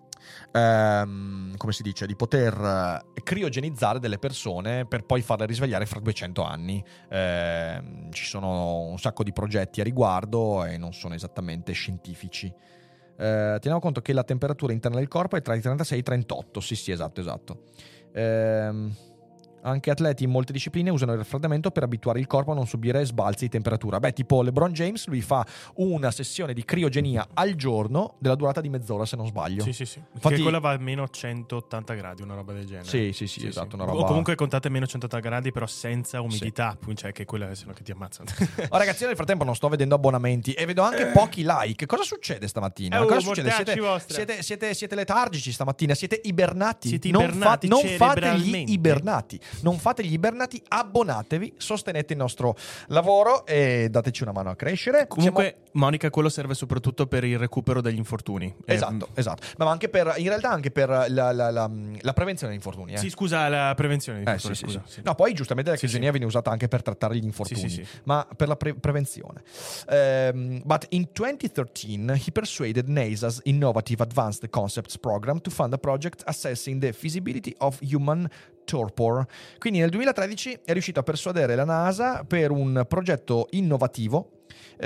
come si dice, di poter criogenizzare delle persone per poi farle risvegliare fra 200 anni. Ci sono un sacco di progetti a riguardo e non sono esattamente scientifici. Teniamo conto che la temperatura interna del corpo è tra i 36 e i 38. Sì, esatto. Anche atleti in molte discipline usano il raffreddamento per abituare il corpo a non subire sbalzi di temperatura. Beh, tipo LeBron James, lui fa una sessione di criogenia al giorno della durata di mezz'ora, se non sbaglio. Sì. Infatti, che quella va a meno 180 gradi, una roba del genere. Sì, esatto. Una roba... O comunque contate meno 180 gradi, però senza umidità, cioè che quella sennò che ti ammazzano. Ragazzi, io nel frattempo non sto vedendo abbonamenti e vedo anche pochi like. Cosa succede stamattina? Cosa succede? Siete letargici stamattina? Siete ibernati? Non fate gli ibernati. Non fate gli ibernati, abbonatevi, sostenete il nostro lavoro e dateci una mano a crescere. Comunque, Monica, quello serve soprattutto per il recupero degli infortuni. Esatto. Ma anche per, in realtà anche per la prevenzione degli infortuni. Sì, scusa, la prevenzione degli infortuni. Sì. No, poi giustamente la criogenia viene usata anche per trattare gli infortuni, ma per la prevenzione. But in 2013 he persuaded NASA's Innovative Advanced Concepts Program to fund a project assessing the feasibility of human torpor. Quindi nel 2013 è riuscito a persuadere la NASA per un progetto innovativo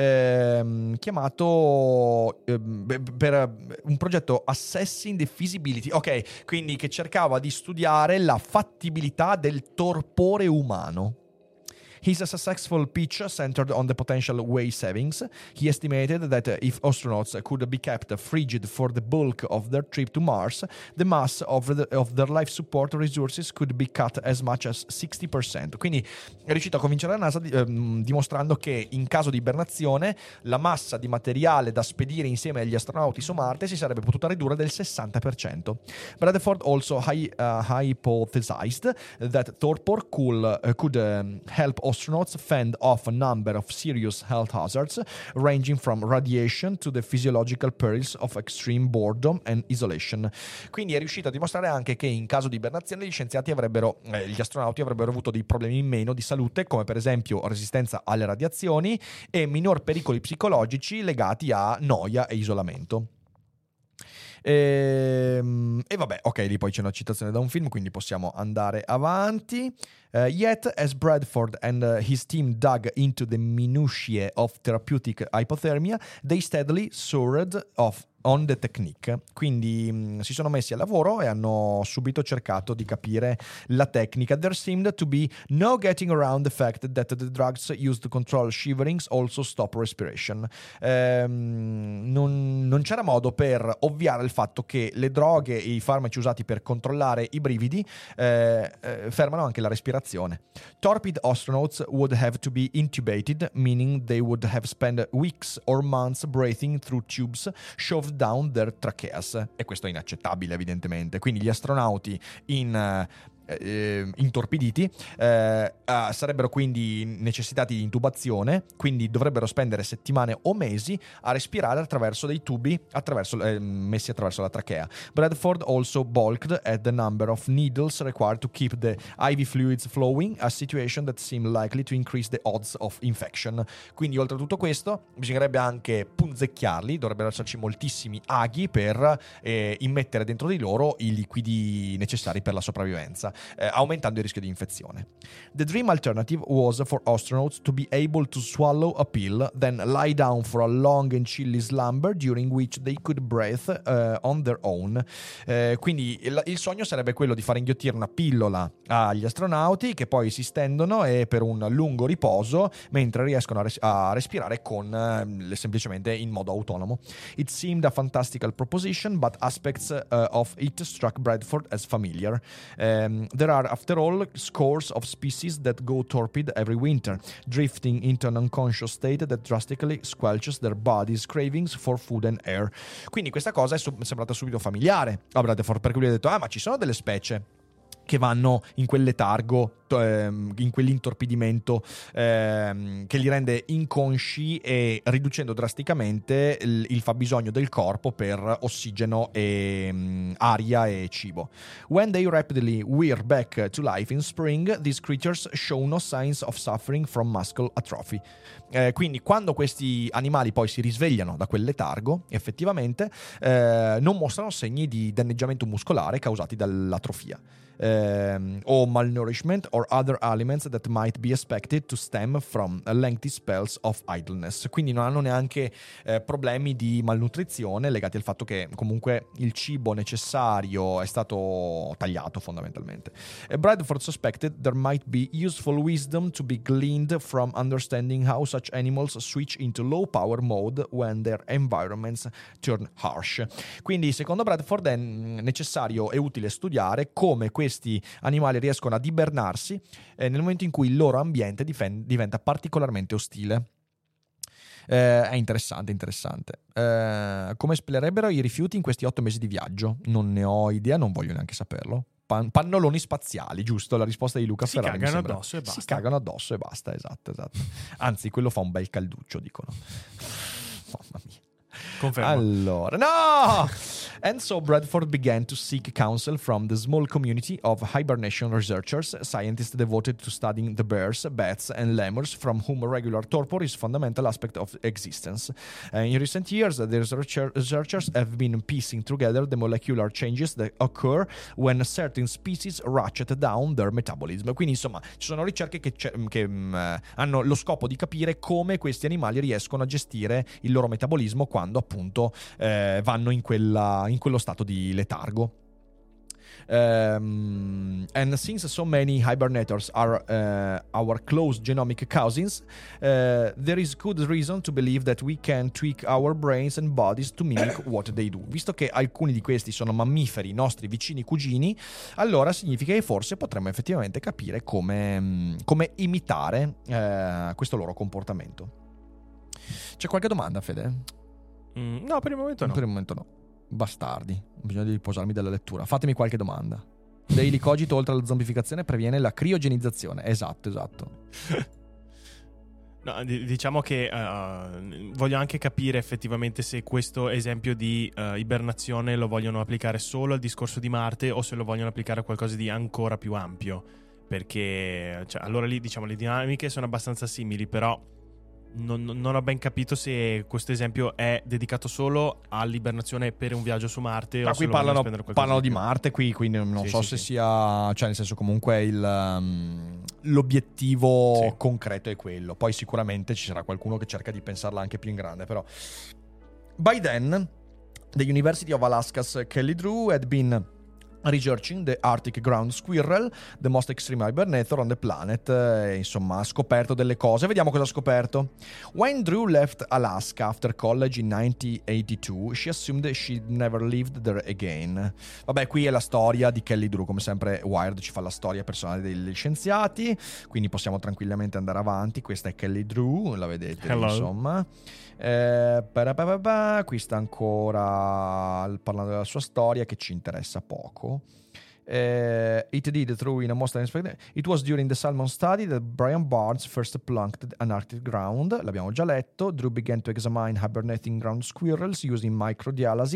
chiamato per un progetto Assessing the Feasibility, ok, quindi che cercava di studiare la fattibilità del torpore umano. His successful pitch centered on the potential weight savings. He estimated that if astronauts could be kept frigid for the bulk of their trip to Mars, the mass of their life support resources could be cut as much as 60%. Quindi è riuscito a convincere la NASA dimostrando che in caso di ibernazione la massa di materiale da spedire insieme agli astronauti su Marte si sarebbe potuta ridurre del 60%. Bradford also hypothesized that torpor could help astronauts fend off a number of serious health hazards, ranging from radiation to the physiological perils of extreme boredom and isolation. Quindi è riuscito a dimostrare anche che in caso di ibernazione gli astronauti avrebbero avuto dei problemi in meno di salute, come per esempio resistenza alle radiazioni e minor pericoli psicologici legati a noia e isolamento. E vabbè, ok, lì poi c'è una citazione da un film, quindi possiamo andare avanti. Yet, as Bradford and his team dug into the minutiae of therapeutic hypothermia, they steadily soared on the technique. Quindi si sono messi al lavoro e hanno subito cercato di capire la tecnica. There seemed to be no getting around the fact that the drugs used to control shiverings also stop respiration. Non c'era modo per ovviare il fatto che le droghe e i farmaci usati per controllare i brividi fermano anche la respirazione. Torpid astronauts would have to be intubated, meaning they would have spent weeks or months breathing through tubes shoved down their tracheas. E questo è inaccettabile, evidentemente. Quindi gli astronauti intorpiditi sarebbero quindi necessitati di intubazione, quindi dovrebbero spendere settimane o mesi a respirare attraverso dei tubi messi attraverso la trachea. Bradford also balked at the number of needles required to keep the IV fluids flowing, a situation that seemed likely to increase the odds of infection. Quindi oltre a tutto questo bisognerebbe anche punzecchiarli, dovrebbero esserci moltissimi aghi per immettere dentro di loro i liquidi necessari per la sopravvivenza. aumentando il rischio di infezione. The dream alternative was for astronauts to be able to swallow a pill, then lie down for a long and chilly slumber during which they could breathe on their own. Quindi il sogno sarebbe quello di fare inghiottire una pillola agli astronauti che poi si stendono e per un lungo riposo mentre riescono a respirare semplicemente in modo autonomo. It seemed a fantastical proposition, but aspects of it struck Bradford as familiar. There are, after all, scores of species that go torpid every winter, drifting into an unconscious state that drastically squelches their body's cravings for food and air. Quindi questa cosa è sembrata subito familiare a Bradford, perché lui ha detto: ma ci sono delle specie che vanno in quel letargo, in quell'intorpidimento che li rende inconsci e riducendo drasticamente il fabbisogno del corpo per ossigeno e aria e cibo. When they rapidly wear back to life in spring, these creatures show no signs of suffering from muscle atrophy. Quindi quando questi animali poi si risvegliano da quel letargo, effettivamente non mostrano segni di danneggiamento muscolare causati dall'atrofia. Or malnourishment or other ailments that might be expected to stem from lengthy spells of idleness. Quindi non hanno neanche problemi di malnutrizione legati al fatto che comunque il cibo necessario è stato tagliato fondamentalmente. Bradford suspected there might be useful wisdom to be gleaned from understanding how such animals switch into low power mode when their environments turn harsh. Quindi secondo Bradford è necessario e utile studiare come questi animali riescono ad ibernarsi nel momento in cui il loro ambiente diventa particolarmente ostile. È interessante. Come espellerebbero i rifiuti in questi 8 mesi di viaggio? Non ne ho idea, non voglio neanche saperlo. Pannoloni spaziali, giusto? La risposta di Luca Ferrari. Si cagano addosso e basta. Si cagano addosso e basta, esatto. Anzi, quello fa un bel calduccio, dicono. Mamma mia. Confermo. Allora, no! And so Bradford began to seek counsel from the small community of hibernation researchers, scientists devoted to studying the bears, bats, and lemurs, from whom regular torpor is a fundamental aspect of existence. In recent years, the researchers have been piecing together the molecular changes that occur when certain species ratchet down their metabolism. Quindi, insomma, ci sono ricerche che hanno lo scopo di capire come questi animali riescono a gestire il loro metabolismo quando appunto vanno in quello stato di letargo. And since so many hibernators are our close genomic cousins, there is good reason to believe that we can tweak our brains and bodies to mimic what they do. Visto che alcuni di questi sono mammiferi, nostri vicini cugini, allora significa che forse potremmo effettivamente capire come imitare questo loro comportamento. C'è qualche domanda, Fede? No, per il momento no. Per il momento no. Bastardi, bisogna di riposarmi dalla lettura. Fatemi qualche domanda. Daily Cogito, oltre alla zombificazione, previene la criogenizzazione. Esatto. No, diciamo che voglio anche capire effettivamente se questo esempio di ibernazione lo vogliono applicare solo al discorso di Marte o se lo vogliono applicare a qualcosa di ancora più ampio. Perché allora lì, diciamo, le dinamiche sono abbastanza simili, però non ho ben capito se questo esempio è dedicato solo all'ibernazione per un viaggio su Marte o qui parlano di Marte qui, quindi non so se sia, cioè nel senso, comunque l'obiettivo concreto è quello. Poi sicuramente ci sarà qualcuno che cerca di pensarla anche più in grande, però. By then, the University of Alaska's Kelly Drew had been researching the Arctic ground squirrel, the most extreme hibernator on the planet. Insomma, ha scoperto delle cose. Vediamo cosa ha scoperto. When Drew left Alaska after college in 1982, she assumed she'd never lived there again. Vabbè, qui è la storia di Kelly Drew. Come sempre Wired ci fa la storia personale degli scienziati, quindi possiamo tranquillamente andare avanti. Questa è Kelly Drew, la vedete. Hello. Insomma, qui sta ancora parlando della sua storia, che ci interessa poco. It did through in a most unexpected. It was during the salmon study that Brian Barnes first plunked an Arctic ground. L'abbiamo già letto. Drew began to examine hibernating ground squirrels using microdialysis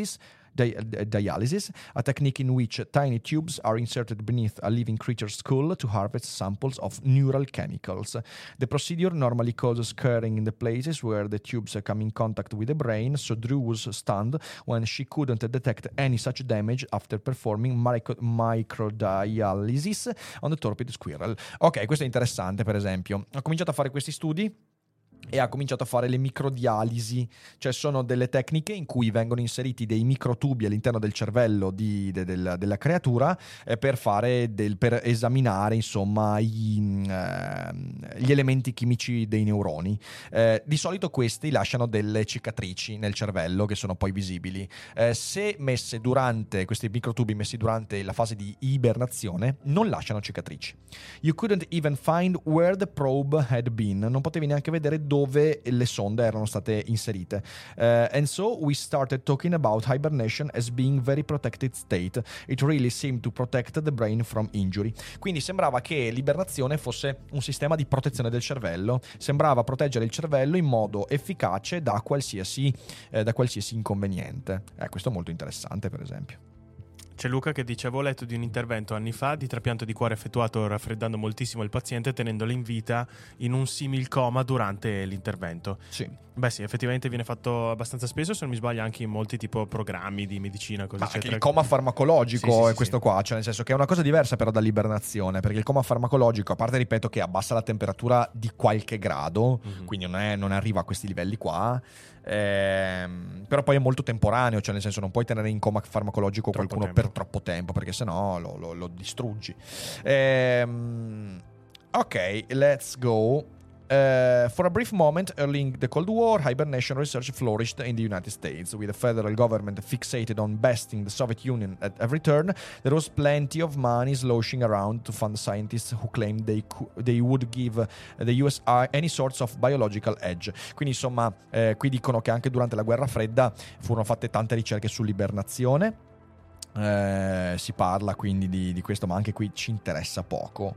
dialysis, a technique in which tiny tubes are inserted beneath a living creature's skull to harvest samples of neural chemicals. The procedure normally causes scarring in the places where the tubes come in contact with the brain, so Drew was stunned when she couldn't detect any such damage after performing microdialysis on the torpid squirrel. Ok, questo è interessante, per esempio. Ha cominciato a fare questi studi e ha cominciato a fare le microdialisi, cioè sono delle tecniche in cui vengono inseriti dei microtubi all'interno del cervello della creatura per esaminare insomma gli elementi chimici dei neuroni. Di solito questi lasciano delle cicatrici nel cervello che sono poi visibili. Se questi microtubi messi durante la fase di ibernazione non lasciano cicatrici. You couldn't even find where the probe had been. Non potevi neanche vedere dove le sonde erano state inserite. And so we started talking about hibernation as being very protected state. It really seemed to protect the brain from injury. Quindi sembrava che l'ibernazione fosse un sistema di protezione del cervello, sembrava proteggere il cervello in modo efficace da qualsiasi inconveniente. Questo è molto interessante, per esempio. C'è Luca che dice: avevo letto di un intervento anni fa di trapianto di cuore effettuato raffreddando moltissimo il paziente, tenendolo in vita in un simil coma durante l'intervento. Sì. Beh sì, effettivamente viene fatto abbastanza spesso, se non mi sbaglio anche in molti tipo programmi di medicina, così eccetera. Anche il coma farmacologico è questo qua, cioè nel senso che è una cosa diversa però dall'ibernazione, perché il coma farmacologico, a parte ripeto che abbassa la temperatura di qualche grado, quindi non arriva a questi livelli qua, però poi è molto temporaneo, cioè nel senso non puoi tenere in coma farmacologico qualcuno per troppo tempo, perché sennò lo distruggi. Ok, let's go. For a brief moment, early in the Cold War, hibernation research flourished in the United States. With the federal government fixated on besting the Soviet Union at every turn, there was plenty of money sloshing around to fund scientists who claimed they would give the US any sorts of biological edge. Quindi insomma, qui dicono che anche durante la guerra fredda furono fatte tante ricerche sull'ibernazione. Si parla quindi di questo, ma anche qui ci interessa poco.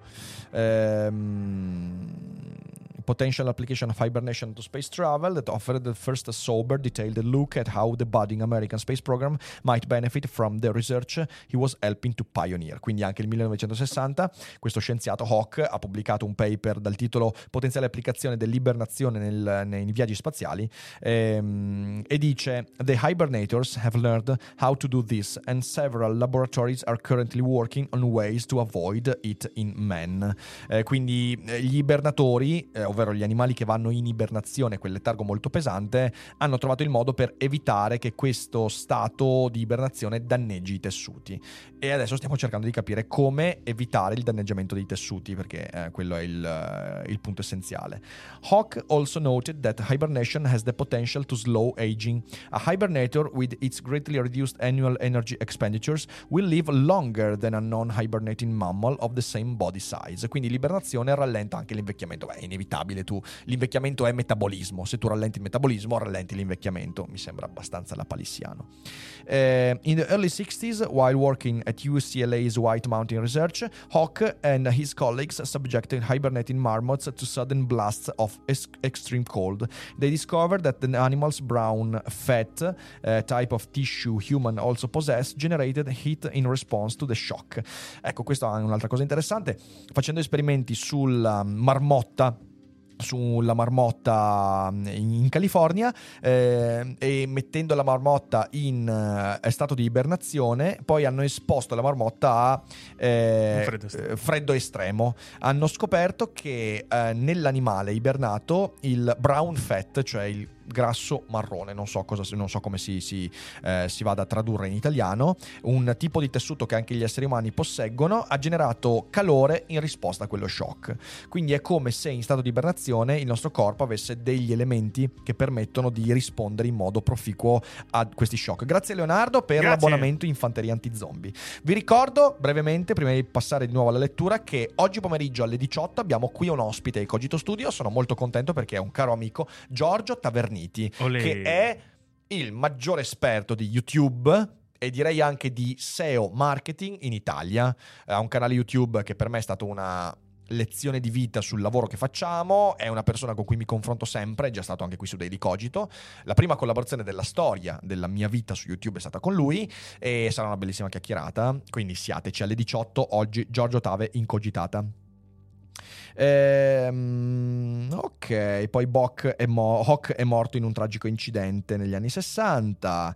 Potential application of hibernation to space travel that offered the first sober, detailed look at how the budding American space program might benefit from the research he was helping to pioneer. Quindi anche nel 1960 questo scienziato Hawke ha pubblicato un paper dal titolo Potenziale applicazione dell'ibernazione nei viaggi spaziali, e dice: The hibernators have learned how to do this and several laboratories are currently working on ways to avoid it in men. Quindi gli ibernatori, ovvero gli animali che vanno in ibernazione, quel letargo molto pesante, hanno trovato il modo per evitare che questo stato di ibernazione danneggi i tessuti. E adesso stiamo cercando di capire come evitare il danneggiamento dei tessuti, perché quello è il punto essenziale. Hawke also noted that hibernation has the potential to slow aging. A hibernator with its greatly reduced annual energy expenditures will live longer than a non-hibernating mammal of the same body size. Quindi l'ibernazione rallenta anche l'invecchiamento. È inevitabile. L'invecchiamento è metabolismo, se tu rallenti il metabolismo rallenti l'invecchiamento. Mi sembra abbastanza lapalissiano. In the early 60s, while working at UCLA's White Mountain Research, Hawke and his colleagues subjected hibernating marmots to sudden blasts of extreme cold. They discovered that the animal's brown fat, type of tissue human also possess, generated heat in response to the shock. Ecco, questa è un'altra cosa interessante. Facendo esperimenti sulla marmotta in California, e mettendo la marmotta in stato di ibernazione, poi hanno esposto la marmotta a freddo estremo. Hanno scoperto che nell'animale ibernato il brown fat, cioè il grasso marrone, non so come si vada a tradurre in italiano, un tipo di tessuto che anche gli esseri umani posseggono, ha generato calore in risposta a quello shock. Quindi è come se in stato di ibernazione il nostro corpo avesse degli elementi che permettono di rispondere in modo proficuo a questi shock. Grazie Leonardo per l'abbonamento in Fanteria Antizombie. Vi ricordo brevemente, prima di passare di nuovo alla lettura, che oggi pomeriggio alle 18 abbiamo qui un ospite ai Cogito Studio. Sono molto contento perché è un caro amico, Giorgio Taverniti, che è il maggiore esperto di YouTube e direi anche di SEO marketing in Italia. Ha un canale YouTube che per me è stato una lezione di vita sul lavoro che facciamo, è una persona con cui mi confronto sempre, è già stato anche qui su Daily Cogito. La prima collaborazione della storia della mia vita su YouTube è stata con lui e sarà una bellissima chiacchierata, quindi siateci alle 18 oggi. Giorgio Tave Incogitata. Ok, poi Hawk è morto in un tragico incidente negli anni 60.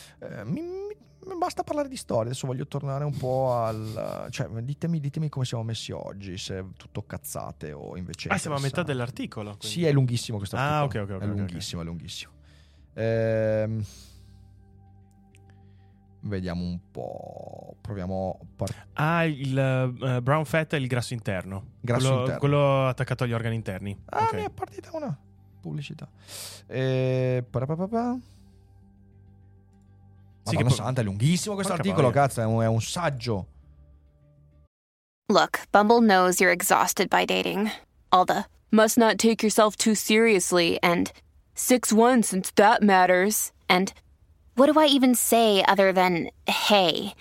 Basta parlare di storia, adesso voglio tornare un po' al... Cioè, ditemi come siamo messi oggi, se è tutto cazzate o invece... siamo a metà dell'articolo. Quindi. Sì, è lunghissimo questo articolo. Ok. È lunghissimo, è lunghissimo. Vediamo un po'. Proviamo. Il brown fat è il grasso interno. Interno. Quello attaccato agli organi interni. Okay. Mi è partita una pubblicità. Madonna santa, è lunghissimo questo articolo, cazzo, è un saggio. Look, Bumble knows you're exhausted by dating. All the must not take yourself too seriously and 6'1" since that matters. And what do I even say other than hey?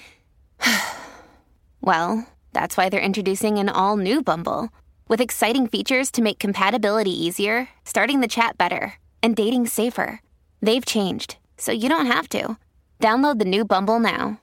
Well, that's why they're introducing an all-new Bumble with exciting features to make compatibility easier, starting the chat better, and dating safer. They've changed, so you don't have to. Download the new Bumble now.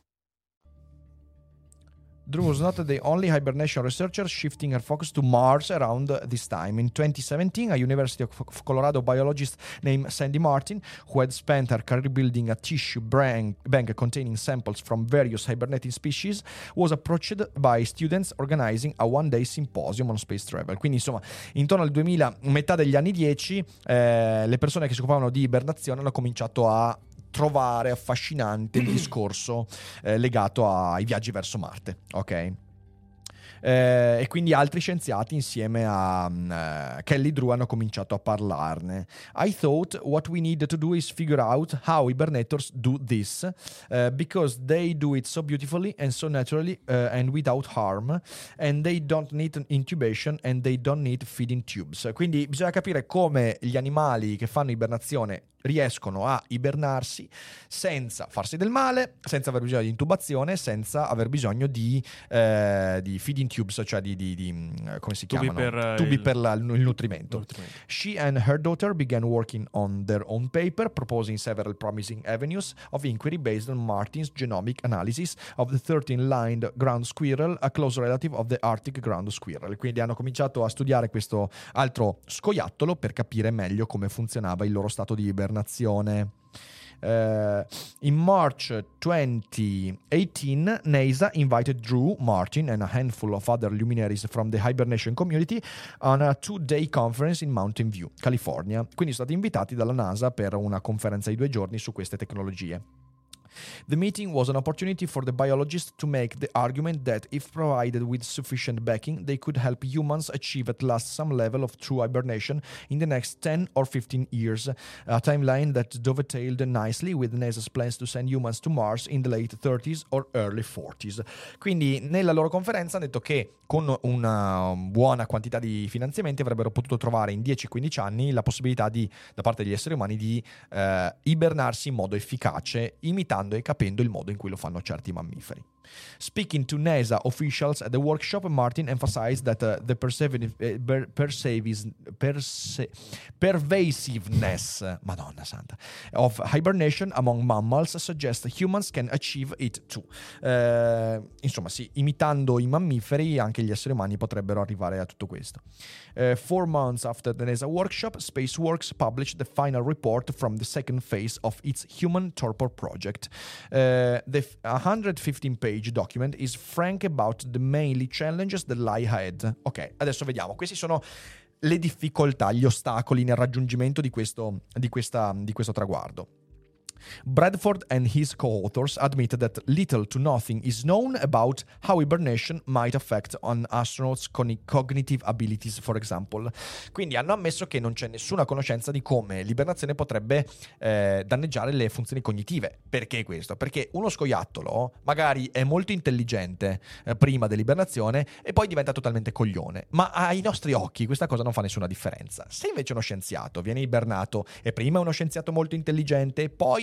Drew was not the only hibernation researcher shifting her focus to Mars around this time. In 2017, a University of Colorado biologist named Sandy Martin, who had spent her career building a tissue bank containing samples from various hibernating species, was approached by students organizing a one-day symposium on space travel. Quindi, insomma, intorno al 2000, metà degli anni 10, le persone che si occupavano di ibernazione hanno cominciato a trovare affascinante il discorso legato ai viaggi verso Marte, ok? E quindi altri scienziati insieme a Kelly Drew hanno cominciato a parlarne. I thought what we need to do is figure out how hibernators do this because they do it so beautifully and so naturally and without harm, and they don't need intubation and they don't need feeding tubes. Quindi bisogna capire come gli animali che fanno ibernazione riescono a ibernarsi senza farsi del male, senza aver bisogno di intubazione, senza aver bisogno di feeding tubes, cioè di come si chiamano? Tubi per il nutrimento. She and her daughter began working on their own paper, proposing several promising avenues of inquiry based on Martin's genomic analysis of the 13-lined ground squirrel, a close relative of the Arctic ground squirrel. Quindi hanno cominciato a studiare questo altro scoiattolo per capire meglio come funzionava il loro stato di ibernazione. In March 2018, NASA invited Drew, Martin, and a handful of other luminaries from the hibernation community on a 2-day conference in Mountain View, California. Quindi sono stati invitati dalla NASA per una conferenza di 2 giorni su queste tecnologie. The meeting was an opportunity for the biologists to make the argument that if provided with sufficient backing, they could help humans achieve at last some level of true hibernation in the next 10 or 15 years, a timeline that dovetailed nicely with NASA's plans to send humans to Mars in the late 30s or early 40s. Quindi nella loro conferenza hanno detto che con una buona quantità di finanziamenti avrebbero potuto trovare in 10-15 anni la possibilità da parte degli esseri umani di ibernarsi in modo efficace, imitando e capendo il modo in cui lo fanno certi mammiferi. Speaking to NASA officials at the workshop, Martin emphasized that the pervasiveness, Madonna santa, of hibernation among mammals suggests humans can achieve it too. Insomma, sì, imitando i mammiferi, anche gli esseri umani potrebbero arrivare a tutto questo. 4 months after the NASA workshop, SpaceWorks published the final report from the second phase of its Human Torpor project. The 115-page document is frank about the mainly challenges that lie ahead. Ok, adesso vediamo. Questi sono le difficoltà, gli ostacoli nel raggiungimento di questo traguardo. Bradford and his co-authors admit that little to nothing is known about how hibernation might affect on astronauts' cognitive abilities, for example. Quindi hanno ammesso che non c'è nessuna conoscenza di come l'ibernazione potrebbe danneggiare le funzioni cognitive. Perché questo? Perché uno scoiattolo magari è molto intelligente prima dell'ibernazione e poi diventa totalmente coglione, ma ai nostri occhi questa cosa non fa nessuna differenza. Se invece uno scienziato viene ibernato e prima è uno scienziato molto intelligente e poi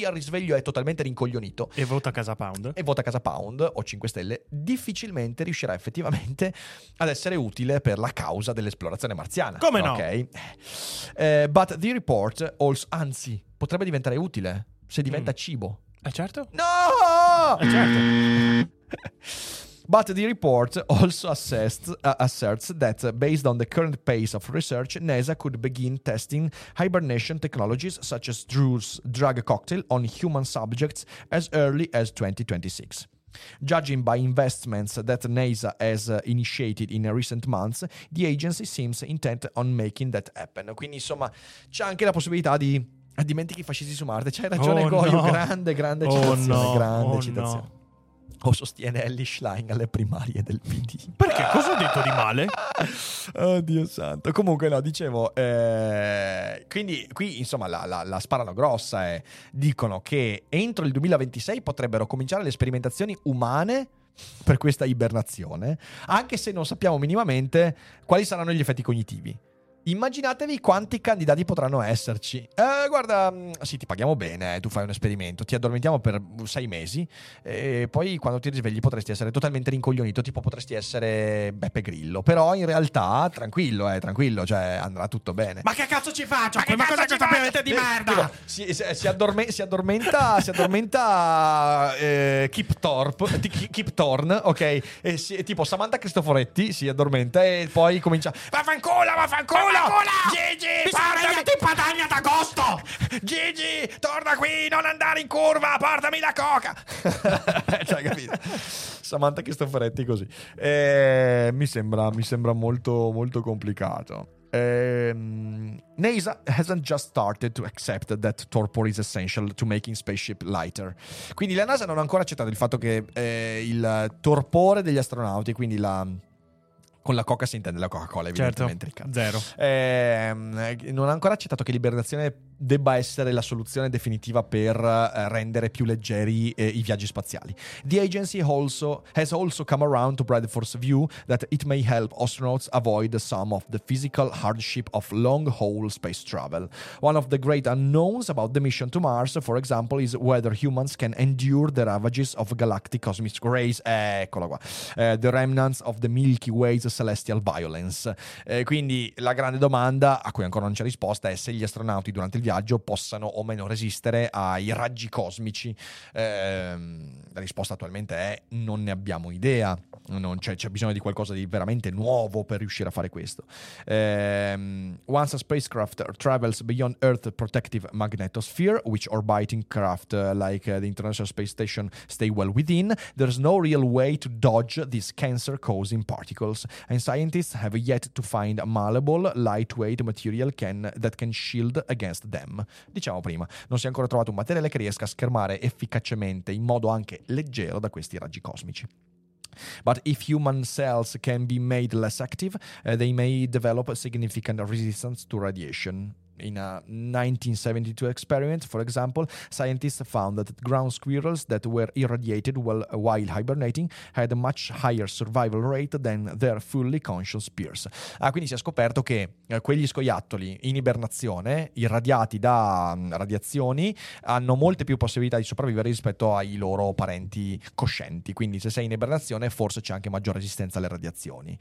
poi al risveglio è totalmente rincoglionito E vota Casa Pound. e vota Casa Pound o 5 Stelle, difficilmente riuscirà effettivamente ad essere utile per la causa dell'esplorazione marziana. Come no? Ok. But the report also, anzi, potrebbe diventare utile se diventa cibo. Certo. No! Certo. But the report also asserts that based on the current pace of research, NASA could begin testing hibernation technologies such as Drew's drug cocktail on human subjects as early as 2026. Judging by investments that NASA has initiated in recent months, the agency seems intent on making that happen. Quindi insomma c'è anche la possibilità di dimentichi i fascisti su Marte. C'hai ragione, Goyo, no. grande citazione. O sostiene Ellie Schlein alle primarie del PD. Perché? Cosa ho detto di male? Oddio santo. Comunque no, dicevo, quindi qui insomma la sparano grossa. Dicono che entro il 2026 potrebbero cominciare le sperimentazioni umane per questa ibernazione, anche se non sappiamo minimamente quali saranno gli effetti cognitivi. Immaginatevi quanti candidati potranno esserci. Guarda, sì, ti paghiamo bene, tu fai un esperimento, ti addormentiamo per 6 mesi e poi quando ti risvegli potresti essere totalmente rincoglionito, tipo potresti essere Beppe Grillo. Però in realtà, tranquillo, cioè andrà tutto bene. Ma che cazzo ci faccio? Ma cosa ci sapete di merda? Si addormenta Kip Thorne, ok? Tipo Samantha Cristoforetti si addormenta e poi comincia Vaffanculo! Gigi, ti padagna d'agosto! Gigi, torna qui, non andare in curva, portami la coca. Cioè, capito? Samantha Cristoforetti così. Mi sembra molto, molto complicato. NASA hasn't just started to accept that torpor is essential to making spaceship lighter. Quindi la NASA non ha ancora accettato il fatto che il torpore degli astronauti, quindi con la coca si intende la Coca-Cola, evidentemente. Certo, zero. Non ha ancora accettato che l'ibernazione debba essere la soluzione definitiva per rendere più leggeri i viaggi spaziali. The agency has also come around to Bradford's view that it may help astronauts avoid some of the physical hardship of long-haul space travel. One of the great unknowns about the mission to Mars, for example, is whether humans can endure the ravages of galactic cosmic rays. Eccola qua. The remnants of the Milky Way's celestial violence. Quindi la grande domanda a cui ancora non c'è risposta è se gli astronauti durante il viaggio possano o meno resistere ai raggi cosmici. La risposta attualmente è non ne abbiamo idea. C'è bisogno di qualcosa di veramente nuovo per riuscire a fare questo. Once a spacecraft travels beyond Earth's protective magnetosphere, which orbiting craft like the International Space Station stay well within, there's no real way to dodge these cancer-causing particles, and scientists have yet to find a malleable, lightweight material that can shield against them. Diciamo prima, non si è ancora trovato un materiale che riesca a schermare efficacemente in modo anche leggero da questi raggi cosmici. But if human cells can be made less active, they may develop a significant resistance to radiation. In a 1972 experiment, for example, scientists found that ground squirrels that were irradiated while hibernating had a much higher survival rate than their fully conscious peers. Quindi si è scoperto che quegli scoiattoli in ibernazione, irradiati da radiazioni, hanno molte più possibilità di sopravvivere rispetto ai loro parenti coscienti. Quindi se sei in ibernazione forse c'è anche maggior resistenza alle radiazioni.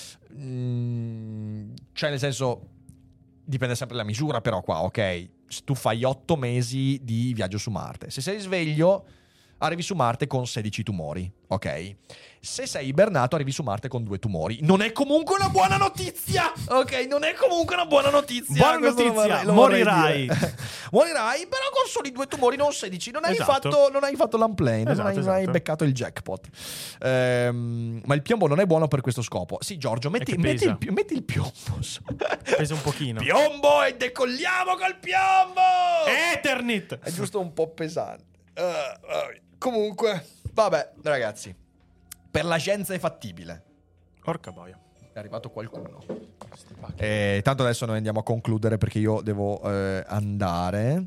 Cioè, nel senso, dipende sempre dalla misura, però qua, ok, tu fai 8 mesi di viaggio su Marte. Se sei sveglio, arrivi su Marte con 16 tumori, ok? Se sei ibernato, arrivi su Marte con 2 tumori. Non è comunque una buona notizia, ok? Non è comunque una buona notizia. Buona notizia, morirai. Morirai, però con soli 2 tumori, non 16. Non hai fatto l'unplane, non hai beccato il jackpot. Ma il piombo non è buono per questo scopo. Sì, Giorgio, metti il piombo. Pesa un pochino. Piombo e decolliamo col piombo! Eternit! È giusto un po' pesante. Comunque, vabbè, ragazzi, per la scienza è fattibile. Porca boia. È arrivato qualcuno. Tanto adesso noi andiamo a concludere perché io devo andare.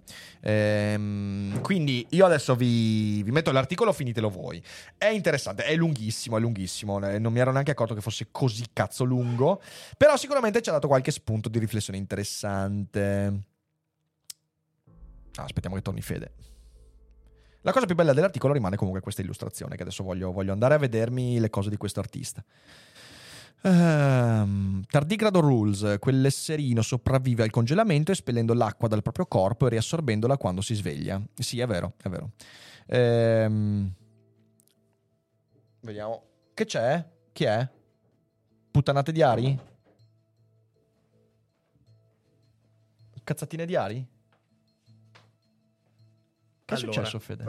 Quindi io adesso vi metto l'articolo, finitelo voi. È interessante, è lunghissimo. Non mi ero neanche accorto che fosse così cazzo lungo. Però sicuramente ci ha dato qualche spunto di riflessione interessante. Aspettiamo che torni Fede. La cosa più bella dell'articolo rimane comunque questa illustrazione, che adesso voglio andare a vedermi le cose di questo artista. Tardigrado Rules, quell'esserino sopravvive al congelamento espellendo l'acqua dal proprio corpo e riassorbendola quando si sveglia. Sì, è vero, è vero. Vediamo. Che c'è? Chi è? Puttanate di Ari? Cazzatine di Ari? Che è successo, Fede?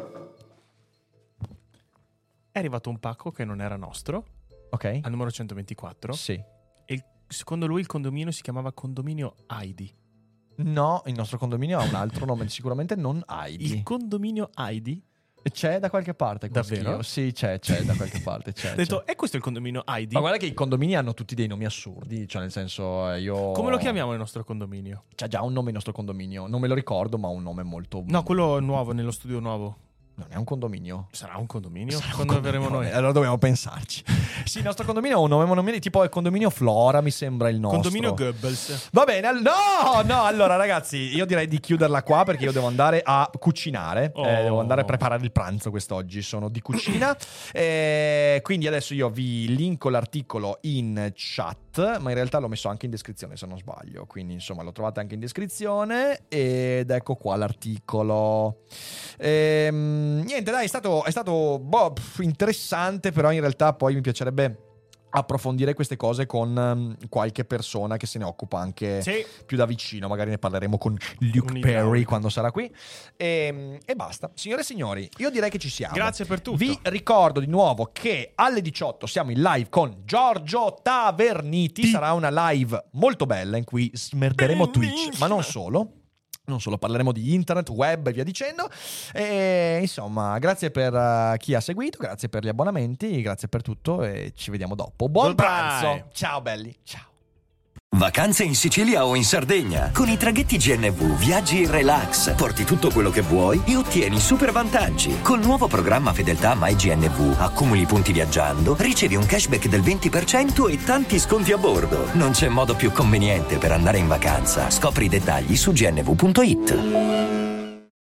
È arrivato un pacco che non era nostro, Ok. al numero 124. Sì. E secondo lui il condominio si chiamava condominio Heidi. No, il nostro condominio ha un altro nome, sicuramente non Heidi. Il condominio Heidi? C'è da qualche parte. Davvero? Sì, c'è da qualche parte. C'è, Ho detto, c'è. è questo il condominio Heidi? Ma guarda che i condomini hanno tutti dei nomi assurdi, cioè nel senso io... Come lo chiamiamo il nostro condominio? C'ha già un nome il nostro condominio, non me lo ricordo, ma ha un nome molto... No, quello nuovo, nello studio nuovo. Non è un condominio. Sarà un condominio? Sarà un Quando condominio. avremo noi? Allora dobbiamo pensarci. Sì, il nostro condominio ha un nome tipo il condominio Flora, mi sembra il nostro. Condominio Goebbels. Va bene, no, allora ragazzi, io direi di chiuderla qua perché io devo andare a cucinare, devo andare a preparare il pranzo quest'oggi, sono di cucina, quindi adesso io vi linko l'articolo in chat, ma in realtà l'ho messo anche in descrizione se non sbaglio, quindi insomma lo trovate anche in descrizione ed ecco qua l'articolo. Niente, dai, è stato interessante, però in realtà poi mi piacerebbe approfondire queste cose con qualche persona che se ne occupa anche più da vicino. Magari ne parleremo con Luke Perry quando sarà qui. E basta. Signore e signori, io direi che ci siamo. Grazie per tutto. Vi ricordo di nuovo che alle 18 siamo in live con Giorgio Taverniti. Sarà una live molto bella in cui smerderemo Twitch, ma non solo. Non solo, parleremo di internet, web e via dicendo. E insomma, grazie per chi ha seguito, grazie per gli abbonamenti, grazie per tutto e ci vediamo dopo. Buon pranzo! Ciao belli, ciao! Vacanze in Sicilia o in Sardegna. Con i traghetti GNV viaggi in relax, porti tutto quello che vuoi e ottieni super vantaggi. Col nuovo programma Fedeltà MyGNV accumuli punti viaggiando, ricevi un cashback del 20% e tanti sconti a bordo. Non c'è modo più conveniente per andare in vacanza. Scopri i dettagli su gnv.it.